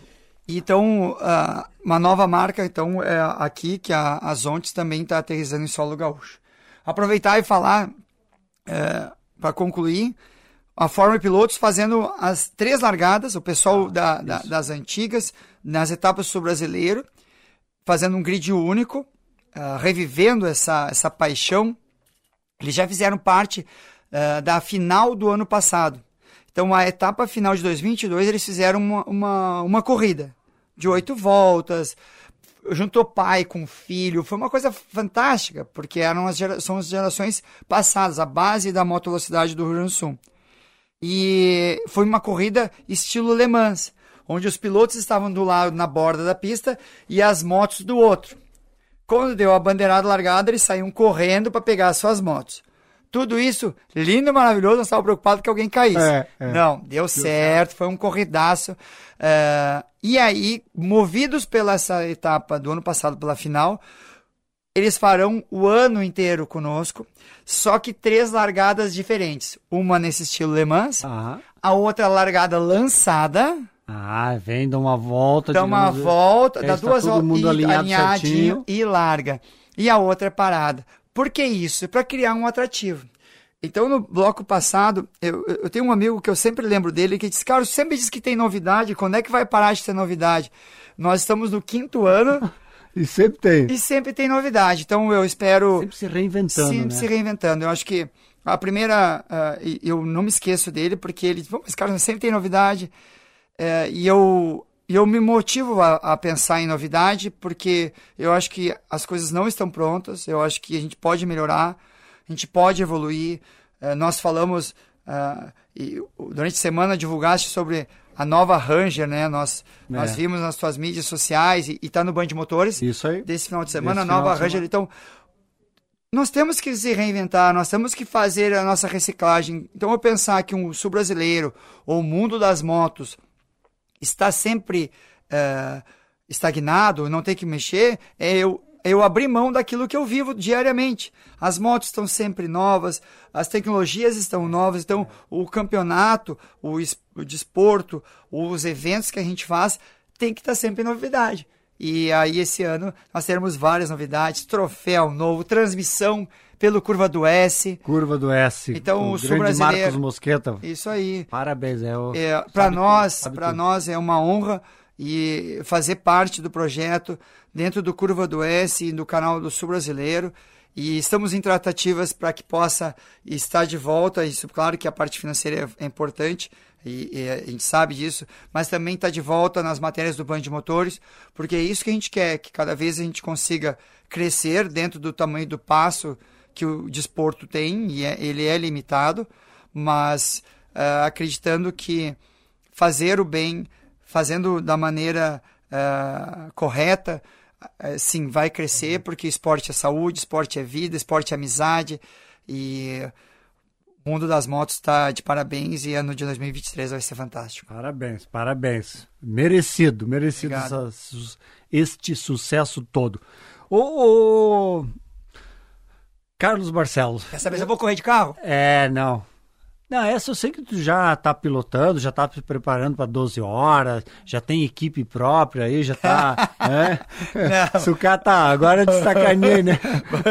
Então, uh, uma nova marca, então, é aqui, que a, a Zontes também está aterrissando em solo gaúcho. Aproveitar e falar, uh, para concluir, a Fórmula Pilotos fazendo as três largadas, o pessoal Ah, da, da, das antigas, nas etapas sul brasileiro, fazendo um grid único, uh, revivendo essa, essa paixão. Eles já fizeram parte uh, da final do ano passado. Então, a etapa final de dois mil e vinte e dois, eles fizeram uma, uma, uma corrida de oito voltas, juntou pai com filho, foi uma coisa fantástica, porque eram as gera, são as gerações passadas, a base da moto velocidade do Rio Grande do Sul. E foi uma corrida estilo Le Mans, onde os pilotos estavam do lado na borda da pista e as motos do outro. Quando deu a bandeirada largada, eles saíam correndo para pegar as suas motos. Tudo isso lindo e maravilhoso, não estava preocupado que alguém caísse. É, é. Não, deu, deu certo, certo, foi um corridaço. Uh, e aí, movidos pela essa etapa do ano passado, pela final, eles farão o ano inteiro conosco, só que três largadas diferentes. Uma nesse estilo Le Mans, uhum. a outra largada lançada. Ah, vem, dá uma volta. Dá uma volta, dá duas voltas, alinhadinho e larga. E a outra é parada. Por que isso? Para criar um atrativo. Então, no bloco passado, eu, eu tenho um amigo que eu sempre lembro dele, que diz, cara, sempre diz que tem novidade, quando é que vai parar de ter novidade? Nós estamos no quinto ano... E sempre tem. E sempre tem novidade. Então, eu espero... Sempre se reinventando, Sempre né? se reinventando. Eu acho que a primeira... Uh, eu não me esqueço dele, porque ele... Bom, esse cara sempre tem novidade. Uh, e eu... E eu me motivo a, a pensar em novidade, porque eu acho que as coisas não estão prontas, eu acho que a gente pode melhorar, a gente pode evoluir. Uh, nós falamos, uh, e durante a semana divulgaste sobre a nova Ranger, né? Nós, é. nós vimos nas suas mídias sociais e está no Band de Motores. Isso aí. Desse final de semana, a nova Ranger. Semana. Então, nós temos que se reinventar, nós temos que fazer a nossa reciclagem. Então, eu pensar que um sul brasileiro, ou o mundo das motos, está sempre uh, estagnado, não tem que mexer, é eu, eu abrir mão daquilo que eu vivo diariamente. As motos estão sempre novas, as tecnologias estão novas, então o campeonato, o, o desporto, os eventos que a gente faz, tem que estar sempre em novidade. E aí esse ano nós teremos várias novidades, troféu novo, transmissão pelo Curva do S. Curva do S. Então, o, o sul grande Marcos Mosqueta. Isso aí. Parabéns. É, o... é, para nós, para nós é uma honra e fazer parte do projeto dentro do Curva do S e do canal do Sul Brasileiro. E estamos em tratativas para que possa estar de volta. Isso, claro que a parte financeira é, é importante. E, e a gente sabe disso, mas também está de volta nas matérias do Band de Motores, porque é isso que a gente quer, que cada vez a gente consiga crescer dentro do tamanho do passo que o desporto tem, e é, ele é limitado, mas uh, acreditando que fazer o bem, fazendo da maneira uh, correta, uh, sim, vai crescer, porque esporte é saúde, esporte é vida, esporte é amizade, e o mundo das motos está de parabéns, e ano de dois mil e vinte e três vai ser fantástico. Parabéns, parabéns. Merecido, merecido essa, este sucesso todo. Ô... ô... Carlos Barcelos. Quer saber se eu vou correr de carro? É, não. Não, essa eu sei que tu já tá pilotando, já tá se preparando para doze horas, já tem equipe própria aí, já tá... é? Sucata, agora de sacaneei, né?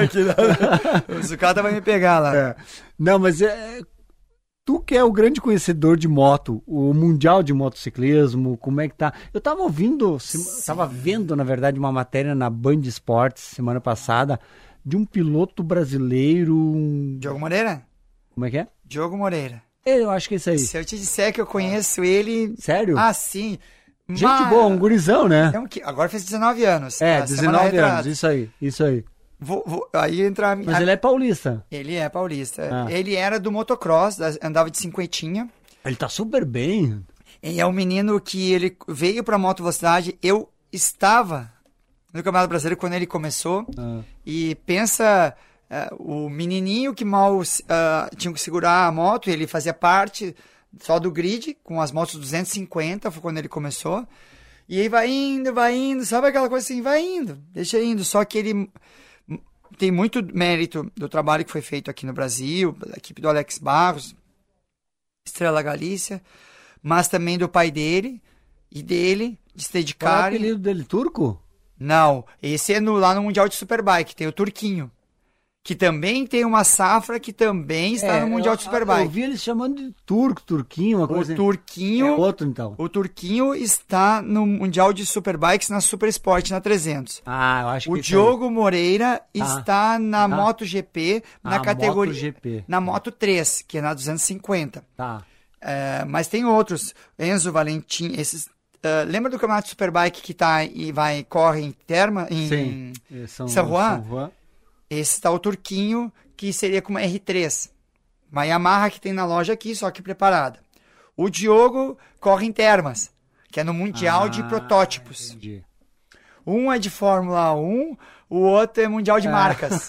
O Sucata vai me pegar lá. É. Não, mas é... Tu que é o grande conhecedor de moto, o mundial de motociclismo, como é que tá? Eu tava ouvindo, Sim. tava vendo, na verdade, uma matéria na Band Esportes semana passada, de um piloto brasileiro... Um... Diogo Moreira? Como é que é? Diogo Moreira. Eu acho que é isso aí. Se eu te disser que eu conheço ele... Sério? Ah, sim. Gente Mas... boa, um gurizão, né? É um... Agora fez dezenove anos. É, dezenove anos, isso aí, isso aí. Vou, vou... Aí entra... Mas ele é paulista. Ele é paulista. Ah. Ele era do motocross, andava de cinquentinha. Ele tá super bem. E é um menino que ele veio pra moto velocidade. Eu estava... no Campeonato Brasileiro quando ele começou, ah. e pensa uh, o menininho que mal uh, tinha que segurar a moto, ele fazia parte só do grid, com as motos duzentos e cinquenta, foi quando ele começou, e aí vai indo, vai indo, sabe aquela coisa assim, vai indo, deixa indo, só que ele tem muito mérito do trabalho que foi feito aqui no Brasil, da equipe do Alex Barros, Estrela Galícia, mas também do pai dele, e dele, de se dedicar. Qual é o apelido dele, Turco? Não, esse é no, lá no Mundial de Superbike, tem o Turquinho, que também tem uma safra que também está é, no Mundial eu, de Superbike. Eu vi eles chamando de Turco, Turquinho, uma coisa. O Turquinho, é outro então. O Turquinho está no Mundial de Superbikes na Super Sport, na trezentos. Ah, eu acho que O Diogo aí. Moreira ah, está na ah, MotoGP, na ah, categoria... MotoGP. Na Moto três, que é na duzentos e cinquenta. Tá. É, mas tem outros, Enzo Valentim, esses... uh, lembra do campeonato Superbike que tá e vai, corre em Terma, em Sim, São, São Juan? São Juan. Esse tá o Turquinho, que seria com uma R três. Uma Yamaha que tem na loja aqui, só que preparada. O Diogo corre em Termas, que é no Mundial Ah, de Protótipos. Entendi. Um é de Fórmula um, o outro é Mundial de É. Marcas.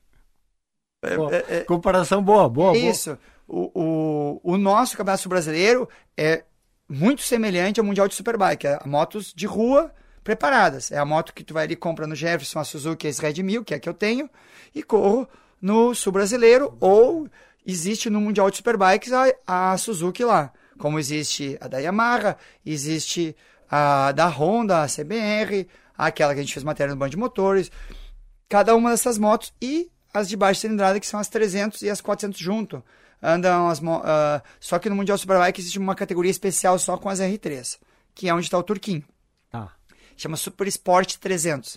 É, Pô, é, é, comparação boa, boa, é boa. isso. O, o, o nosso Campeonato Brasileiro é muito semelhante ao Mundial de Superbike. É motos de rua preparadas. É a moto que tu vai ali, compra no Jefferson, a Suzuki, a Red mil, que é a que eu tenho, e corro no Sul Brasileiro, ou existe no Mundial de Superbikes a, a Suzuki lá. Como existe a da Yamaha, existe a da Honda, a C B R, aquela que a gente fez matéria no Band de Motores. Cada uma dessas motos e as de baixa cilindrada, que são as trezentos e as quatrocentos junto. Andam as mo- uh, só que no Mundial Superbike existe uma categoria especial só com as R três, que é onde está o Turquinho. Tá. Chama Super Sport trezentos.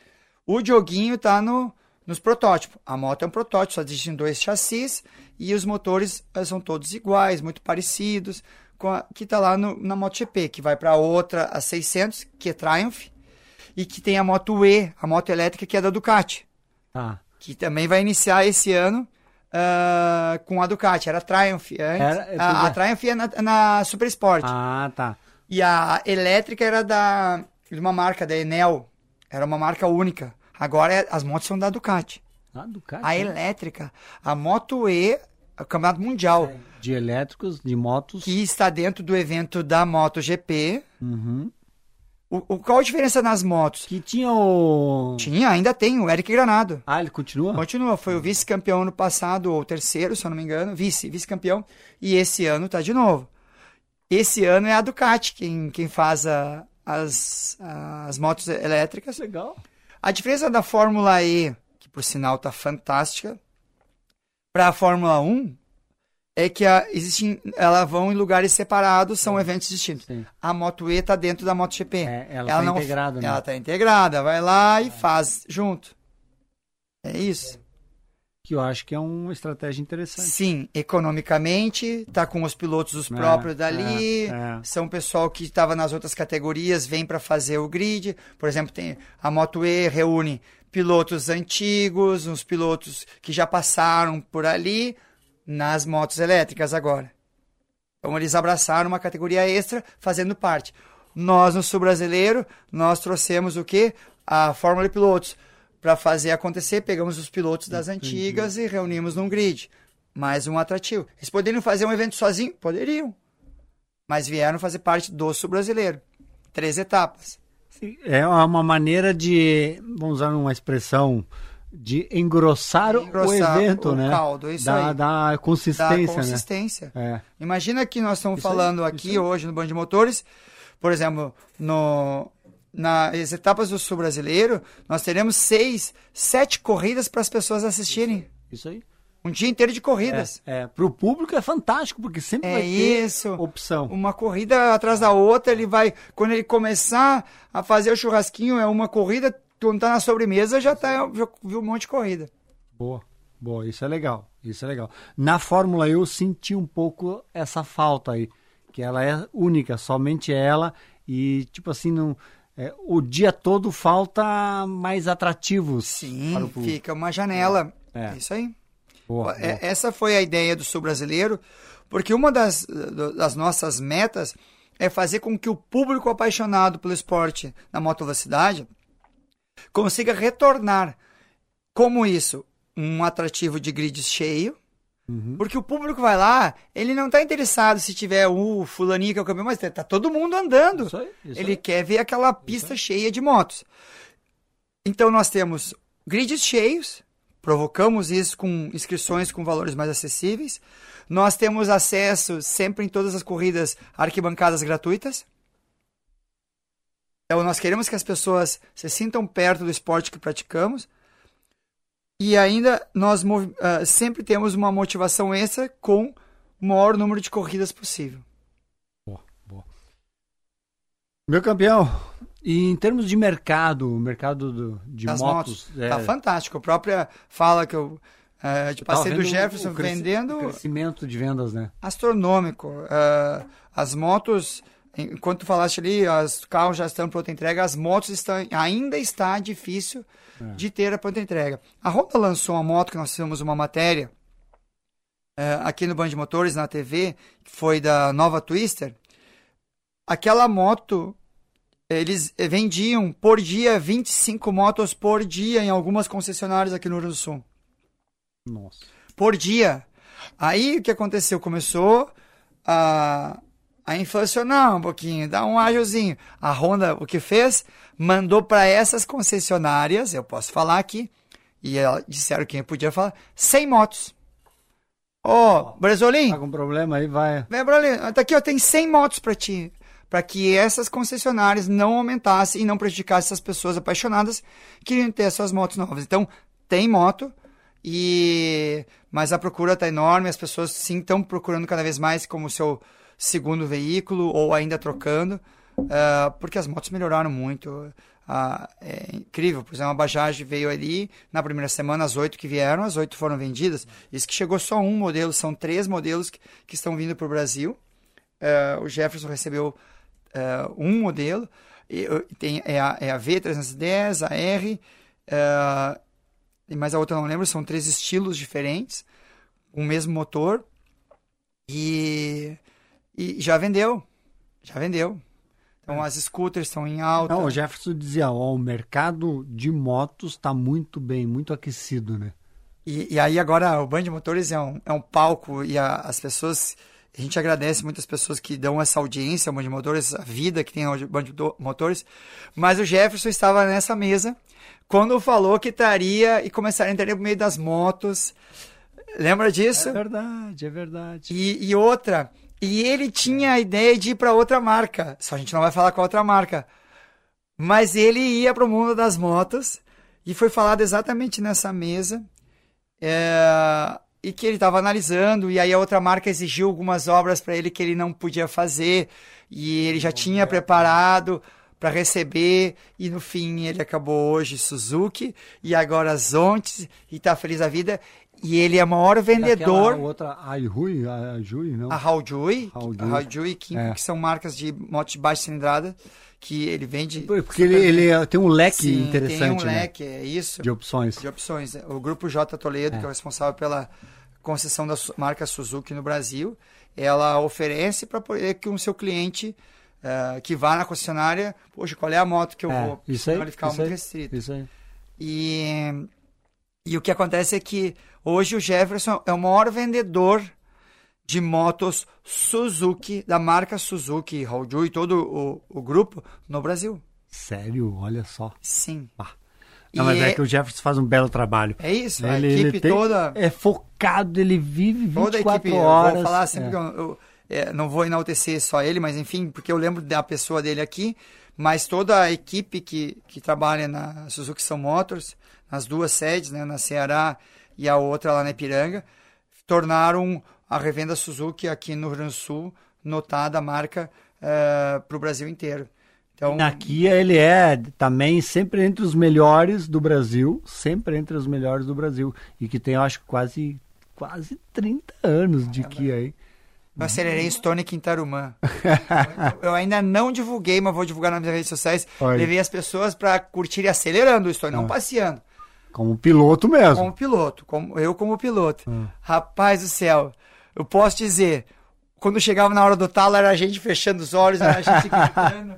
O Dioguinho tá no, nos protótipos. A moto é um protótipo, só existem dois chassis e os motores uh, são todos iguais, muito parecidos, com a, que tá lá no, na MotoGP, que vai para outra, a seiscentos, que é Triumph, e que tem a Moto E, a moto elétrica, que é da Ducati, Tá. que também vai iniciar esse ano uh, com a Ducati. Era a Triumph antes. Era- é, a, pois a é. Triumph ia na, na Super Sport. Ah, tá. E a elétrica era da, de uma marca, da Enel. Era uma marca única. Agora é- as motos são da Ducati. Ah, Ducati. A né? elétrica, a Moto E, o Campeonato Mundial, De elétricos, de motos. que está dentro do evento da MotoGP. Uhum. O, o, qual a diferença nas motos? Que tinha o... Tinha, ainda tem, o Eric Granado. Ah, ele continua? Continua, foi o vice-campeão no passado, ou terceiro, se eu não me engano, vice, vice-campeão, e esse ano tá de novo. Esse ano é a Ducati quem, quem faz a- as, as motos elétricas. Legal. A diferença da Fórmula E, que por sinal tá fantástica, para a Fórmula um, é que a, existem, elas vão em lugares separados, são eventos distintos. Sim. A Moto E tá dentro da MotoGP. É, ela tá integrada, né? Ela tá integrada, vai lá e faz junto. É isso. Que eu acho que é uma estratégia interessante. Sim, economicamente, tá com os pilotos os É, próprios dali, é, é. são pessoal que estava nas outras categorias, vem para fazer o grid. Por exemplo, tem a Moto E reúne pilotos antigos, uns pilotos que já passaram por ali nas motos elétricas agora. Então eles abraçaram uma categoria extra fazendo parte. Nós no Sul Brasileiro, nós trouxemos o quê? A Fórmula de Pilotos. Para fazer acontecer, pegamos os pilotos das antigas e reunimos num grid. Mais um atrativo. Eles poderiam fazer um evento sozinho? Poderiam. Mas vieram fazer parte do Sul Brasileiro. Três etapas. É uma maneira de, vamos usar uma expressão, de engrossar, Engrossar o evento, o né? caldo, isso da, aí. da Da consistência, consistência. né? É. Imagina que nós estamos Isso aí, falando isso aqui aí. hoje no Band de Motores, por exemplo, no, nas etapas do Sul Brasileiro, nós teremos seis, sete corridas para as pessoas assistirem. Isso aí. Um dia inteiro de corridas. É, é. Para o público é fantástico, porque sempre É vai ter isso. opção. Uma corrida atrás da outra, ele vai, quando ele começar a fazer o churrasquinho, é uma corrida, quando tá na sobremesa, já, tá, já viu um monte de corrida. Boa, boa, isso é legal, isso é legal. Na Fórmula eu senti um pouco essa falta aí, que ela é única, somente ela, e tipo assim, não, é, o dia todo falta mais atrativos Sim, para o público. fica uma janela. É. É isso aí. Boa, É, boa. essa foi a ideia do Sul Brasileiro, porque uma das, do- das nossas metas é fazer com que o público apaixonado pelo esporte na motovelocidade consiga retornar. Como isso? Um atrativo de grid cheio, Uhum. porque o público vai lá, ele não está interessado se tiver o fulaninho que é o campeão, mas tá todo mundo andando. Isso aí, isso Ele aí. quer ver aquela pista cheia de motos. Então nós temos grids cheios, provocamos isso com inscrições com valores mais acessíveis. Nós temos acesso sempre em todas as corridas a arquibancadas gratuitas. Então nós queremos que as pessoas se sintam perto do esporte que praticamos. E ainda nós movi- ah, sempre temos uma motivação extra com o maior número de corridas possível. Boa, boa. Meu campeão, e em termos de mercado, mercado do- de Das motos, motos. é, Tá fantástico. A própria fala que eu eh, de eu tava passei do vendo Jefferson o cresci- vendendo o crescimento de vendas, né? astronômico. Ah, as motos enquanto tu falaste ali, os carros já estão pronta entrega, as motos estão, ainda está difícil é. de ter a pronta entrega. A Honda lançou uma moto que nós fizemos uma matéria é, aqui no Band de Motores, na T V, que foi da nova Twister. Aquela moto, eles vendiam por dia vinte e cinco motos por dia em algumas concessionárias aqui no Rio Grande do Sul. Nossa. Por dia. Aí o que aconteceu? Começou a, a inflacionar um pouquinho, dar um ágilzinho. A Honda, o que fez? Mandou para essas concessionárias, eu posso falar aqui, e ela, disseram quem podia falar, cem motos. Ô, oh, Bresolim. Tá com problema aí, vai. Vem, Bresolim, tá aqui, ó, tem cem motos para ti. Para que essas concessionárias não aumentassem e não prejudicassem essas pessoas apaixonadas que queriam ter suas motos novas. Então, tem moto. E mas a procura está enorme, as pessoas sim estão procurando cada vez mais como seu segundo veículo ou ainda trocando, uh, porque as motos melhoraram muito. Uh, é incrível, por exemplo, a Bajaj veio ali na primeira semana, as oito que vieram, as oito foram vendidas. Isso que chegou só um modelo, são três modelos que, que estão vindo para o Brasil. Uh, o Jefferson recebeu uh, um modelo, e, tem, é, a, é a V trezentos e dez, a R. Uh, mas a outra não lembro, são três estilos diferentes, o mesmo motor, e, e já vendeu, já vendeu. Então é. as scooters estão em alta. Não, o Jefferson dizia, ó, o mercado de motos está muito bem, muito aquecido, né? E, e aí agora o Band de Motores é um, é um palco, e a, as pessoas, a gente agradece muitas pessoas que dão essa audiência ao Band de Motores, a vida que tem ao Band de Motores, mas o Jefferson estava nessa mesa, quando falou que estaria e começaria a entrar no meio das motos. Lembra disso? É verdade, é verdade. E, e outra, e ele tinha a ideia de ir para outra marca, só a gente não vai falar qual outra marca, mas ele ia para o mundo das motos e foi falado exatamente nessa mesa, é, e que ele estava analisando, e aí a outra marca exigiu algumas obras para ele que ele não podia fazer, e ele já tinha preparado para receber, e no fim ele acabou hoje Suzuki, e agora Zontes, e está feliz da vida, e ele é o maior vendedor. A outra, a Airui, a Airui, não? A Haojui, Haojui. a Haojui, que, é. que são marcas de motos de baixa cilindrada, que ele vende... Porque ele, ele tem um leque Sim, interessante, tem um né? leque, é isso. De opções. De opções. O Grupo J. Toledo, é. que é o responsável pela concessão da marca Suzuki no Brasil, ela oferece para poder que o seu cliente... Uh, que vá na concessionária, poxa, qual é a moto que eu é, vou? Isso aí, ele ficava isso muito aí, restrito. Isso aí. E, e o que acontece é que hoje o Jefferson é o maior vendedor de motos Suzuki, da marca Suzuki, Haojui e todo o, o grupo no Brasil. Sério? Olha só. Sim. Ah. Não, mas é, é que o Jefferson faz um belo trabalho. É isso, ele, a equipe ele tem, toda... É focado, ele vive vinte e quatro toda a equipe, horas. Eu vou falar sempre é. que eu... eu É, não vou enaltecer só ele, mas enfim, porque eu lembro da pessoa dele aqui, mas toda a equipe que, que trabalha na Suzuki São Motors, nas duas sedes, né, na Ceará e a outra lá na Ipiranga, tornaram a revenda Suzuki aqui no Rio Grande do Sul notada a marca uh, para o Brasil inteiro. Então, na Kia ele é também sempre entre os melhores do Brasil, sempre entre os melhores do Brasil, e que tem, eu acho, quase, quase trinta anos de Kia aí. Eu acelerei Stonic em Tarumã. eu, eu ainda não divulguei, mas vou divulgar nas minhas redes sociais. Oi. Levei as pessoas para curtirem acelerando o Stonic, não passeando. Como piloto mesmo. Como piloto, como, eu como piloto. Hum. Rapaz do céu, eu posso dizer, quando chegava na hora do talo, era a gente fechando os olhos, era a gente gritando.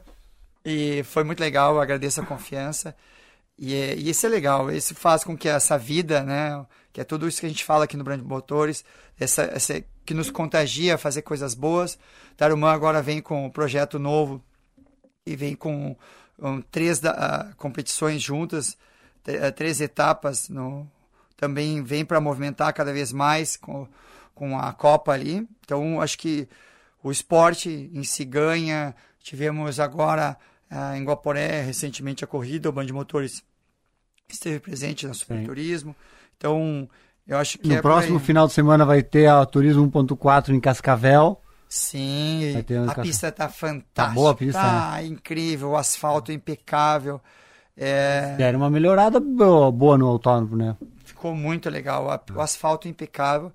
E foi muito legal, eu agradeço a confiança. E, e isso é legal, isso faz com que essa vida, né, que é tudo isso que a gente fala aqui no Band de Motores, essa, essa, que nos contagia a fazer coisas boas. Tarumã agora vem com um projeto novo e vem com um, três da, uh, competições juntas, uh, três etapas, no, também vem para movimentar cada vez mais com, com a Copa ali. Então, acho que o esporte em si ganha. Tivemos agora uh, em Guaporé, recentemente, a corrida, o Band de Motores esteve presente no Superturismo. Então, eu acho que no é próximo final de semana vai ter a Turismo um ponto quatro em Cascavel. Sim, a Casca... pista tá fantástica. Tá boa a pista, tá né? Incrível, o asfalto impecável. É... Deram uma melhorada boa, boa no autódromo, né? Ficou muito legal, o asfalto impecável.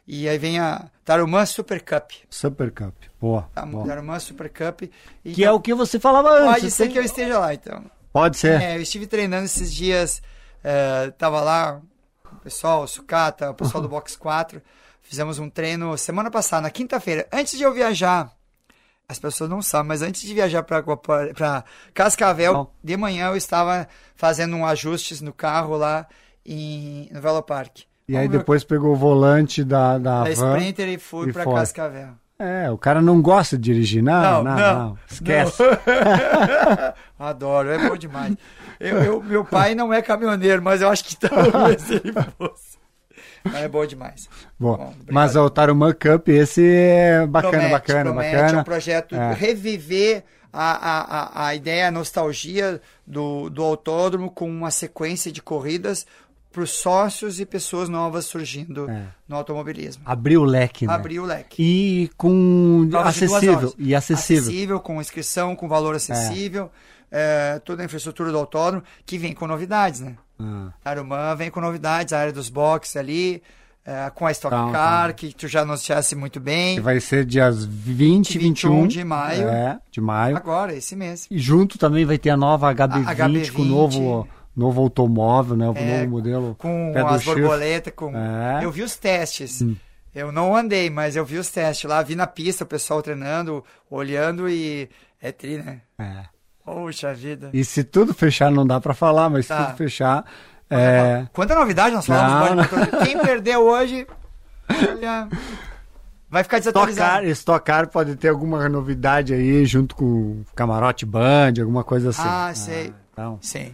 E aí vem a Tarumã Super Cup. Super Cup, boa. A boa. Tarumã Super Cup. E Que é o que você falava antes. Pode ser tem... que eu esteja lá, então. Pode ser. É, eu estive treinando esses dias, é, tava lá, o pessoal, o Sucata, o pessoal do Box quatro, fizemos um treino semana passada, na quinta-feira, antes de eu viajar. As pessoas não sabem, mas antes de viajar para Cascavel, não. de manhã eu estava fazendo um ajustes no carro lá em, no Velopark. E aí depois pegou o volante da, da, da van Sprinter e fui para Cascavel. É, o cara não gosta de dirigir, não, não, não, não, não. Esquece. Não. Adoro, é bom demais. Eu, eu, meu pai não é caminhoneiro, mas eu acho que talvez ele fosse. Mas é bom demais. Bom, bom mas o Tarumã Cup, esse é bacana, promete, bacana, promete, bacana. É um projeto é. reviver a, a, a, a ideia, a nostalgia do, do autódromo com uma sequência de corridas para os sócios e pessoas novas surgindo é. no automobilismo. Abriu o leque, né? Abriu o leque. E com acessível. E acessível. Acessível, com inscrição, com valor acessível. É. É, toda a infraestrutura do autódromo, que vem com novidades, né? Ah. Tarumã vem com novidades, a área dos boxes ali, é, com a Stock então, Car, então. que tu já anunciasse muito bem. Que vai ser dias vinte e vinte e um de maio. É, de maio. Agora, esse mês. E junto também vai ter a nova H B vinte, a H B vinte com o novo... Novo automóvel, né? O é, novo modelo. Com as borboletas. Com... É. Eu vi os testes. Hum. Eu não andei, mas eu vi os testes lá. Vi na pista o pessoal treinando, olhando e... É tri, né? É. Poxa vida. E se tudo fechar, não dá pra falar, mas tá. se tudo fechar... É... Quanta novidade nós falamos. Não, Quem perdeu hoje... Olha... Vai ficar desatualizado. Stock Car pode ter alguma novidade aí, junto com o Camarote Band, alguma coisa assim. Ah, sei. Ah, então... Sim.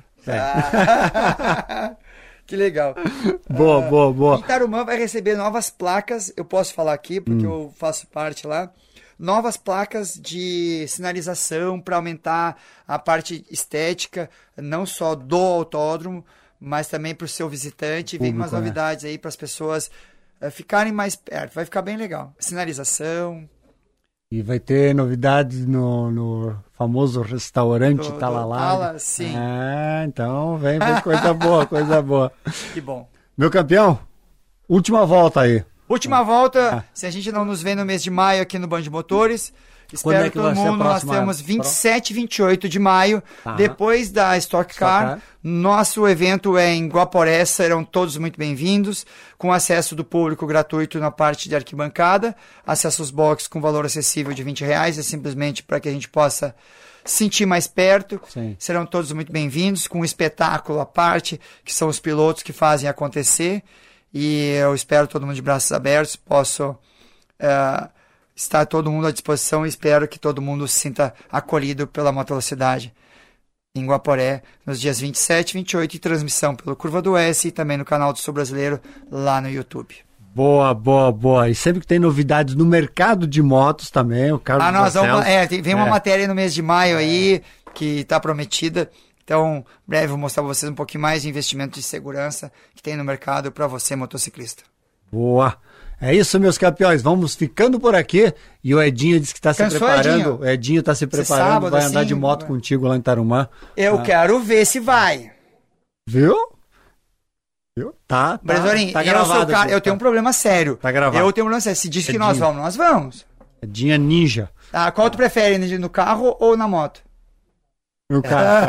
Ah, que legal. Boa, uh, boa, boa. E Tarumã vai receber novas placas, eu posso falar aqui, porque hum. eu faço parte lá. Novas placas de sinalização para aumentar a parte estética, não só do autódromo, mas também para o seu visitante. Público, Vem umas novidades é. aí para as pessoas uh, ficarem mais perto. Vai ficar bem legal. Sinalização. E vai ter novidades no, no famoso restaurante do, Talalá. Tala, sim. É, então vem, vem coisa boa, coisa boa. Que bom. Meu campeão, última volta aí. Última volta, ah. se a gente não nos vê no mês de maio aqui no Band de Motores, espero é que todo mundo, nós temos vinte e sete e vinte e oito de maio, ah. depois da Stock Car, Stock Car, nosso evento é em Guaporé, serão todos muito bem-vindos, com acesso do público gratuito na parte de arquibancada, acesso aos boxes com valor acessível de vinte reais, é simplesmente para que a gente possa sentir mais perto. Sim. Serão todos muito bem-vindos, com um espetáculo à parte, que são os pilotos que fazem acontecer, e eu espero todo mundo de braços abertos, posso uh, estar todo mundo à disposição e espero que todo mundo se sinta acolhido pela Motovelocidade em Guaporé, nos dias vinte e sete e vinte e oito, e transmissão pelo Curva do S e também no canal do Sul Brasileiro, lá no YouTube. Boa, boa, boa. E sempre que tem novidades no mercado de motos também, o Carlos Ah, nós vamos, é, tem, vem é. uma matéria no mês de maio aí, que está prometida. Então, em breve vou mostrar para vocês um pouquinho mais de investimento de segurança que tem no mercado para você, motociclista. Boa. É isso, meus campeões. Vamos ficando por aqui. E o Edinho disse que está se preparando. Edinho? O Edinho está se preparando, sábado, vai andar assim, de moto vai. contigo lá em Tarumã. Eu ah. quero ver se vai. Viu? Viu? Tá, tá, Bresolim, tá gravado. Eu, cara, eu tenho um problema sério. Tá gravado. Eu tenho um problema sério. Se diz Edinho. que nós vamos, nós vamos. Edinho Ninja. Tá, qual tu prefere, no carro ou na moto? No carro.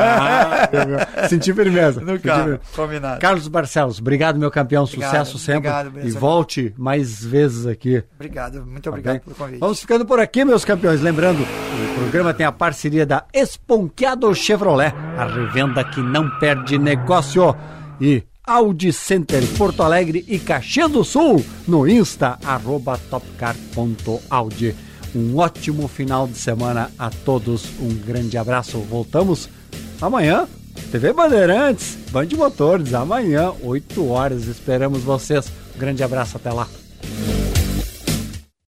Ah, senti firmeza. No senti carro, firmeza. Combinado. Carlos Barcelos, obrigado, meu campeão. Obrigado, Sucesso sempre. Obrigado, e volte mais vezes aqui. Obrigado, muito obrigado tá pelo convite. Vamos ficando por aqui, meus campeões. Lembrando, o programa tem a parceria da Esponqueado Chevrolet, a revenda que não perde negócio. E Audi Center Porto Alegre e Caxias do Sul no Insta, arroba topcar ponto audi. Um ótimo final de semana a todos. Um grande abraço. Voltamos amanhã. T V Bandeirantes, Band de Motores. Amanhã, oito horas. Esperamos vocês. Um grande abraço. Até lá.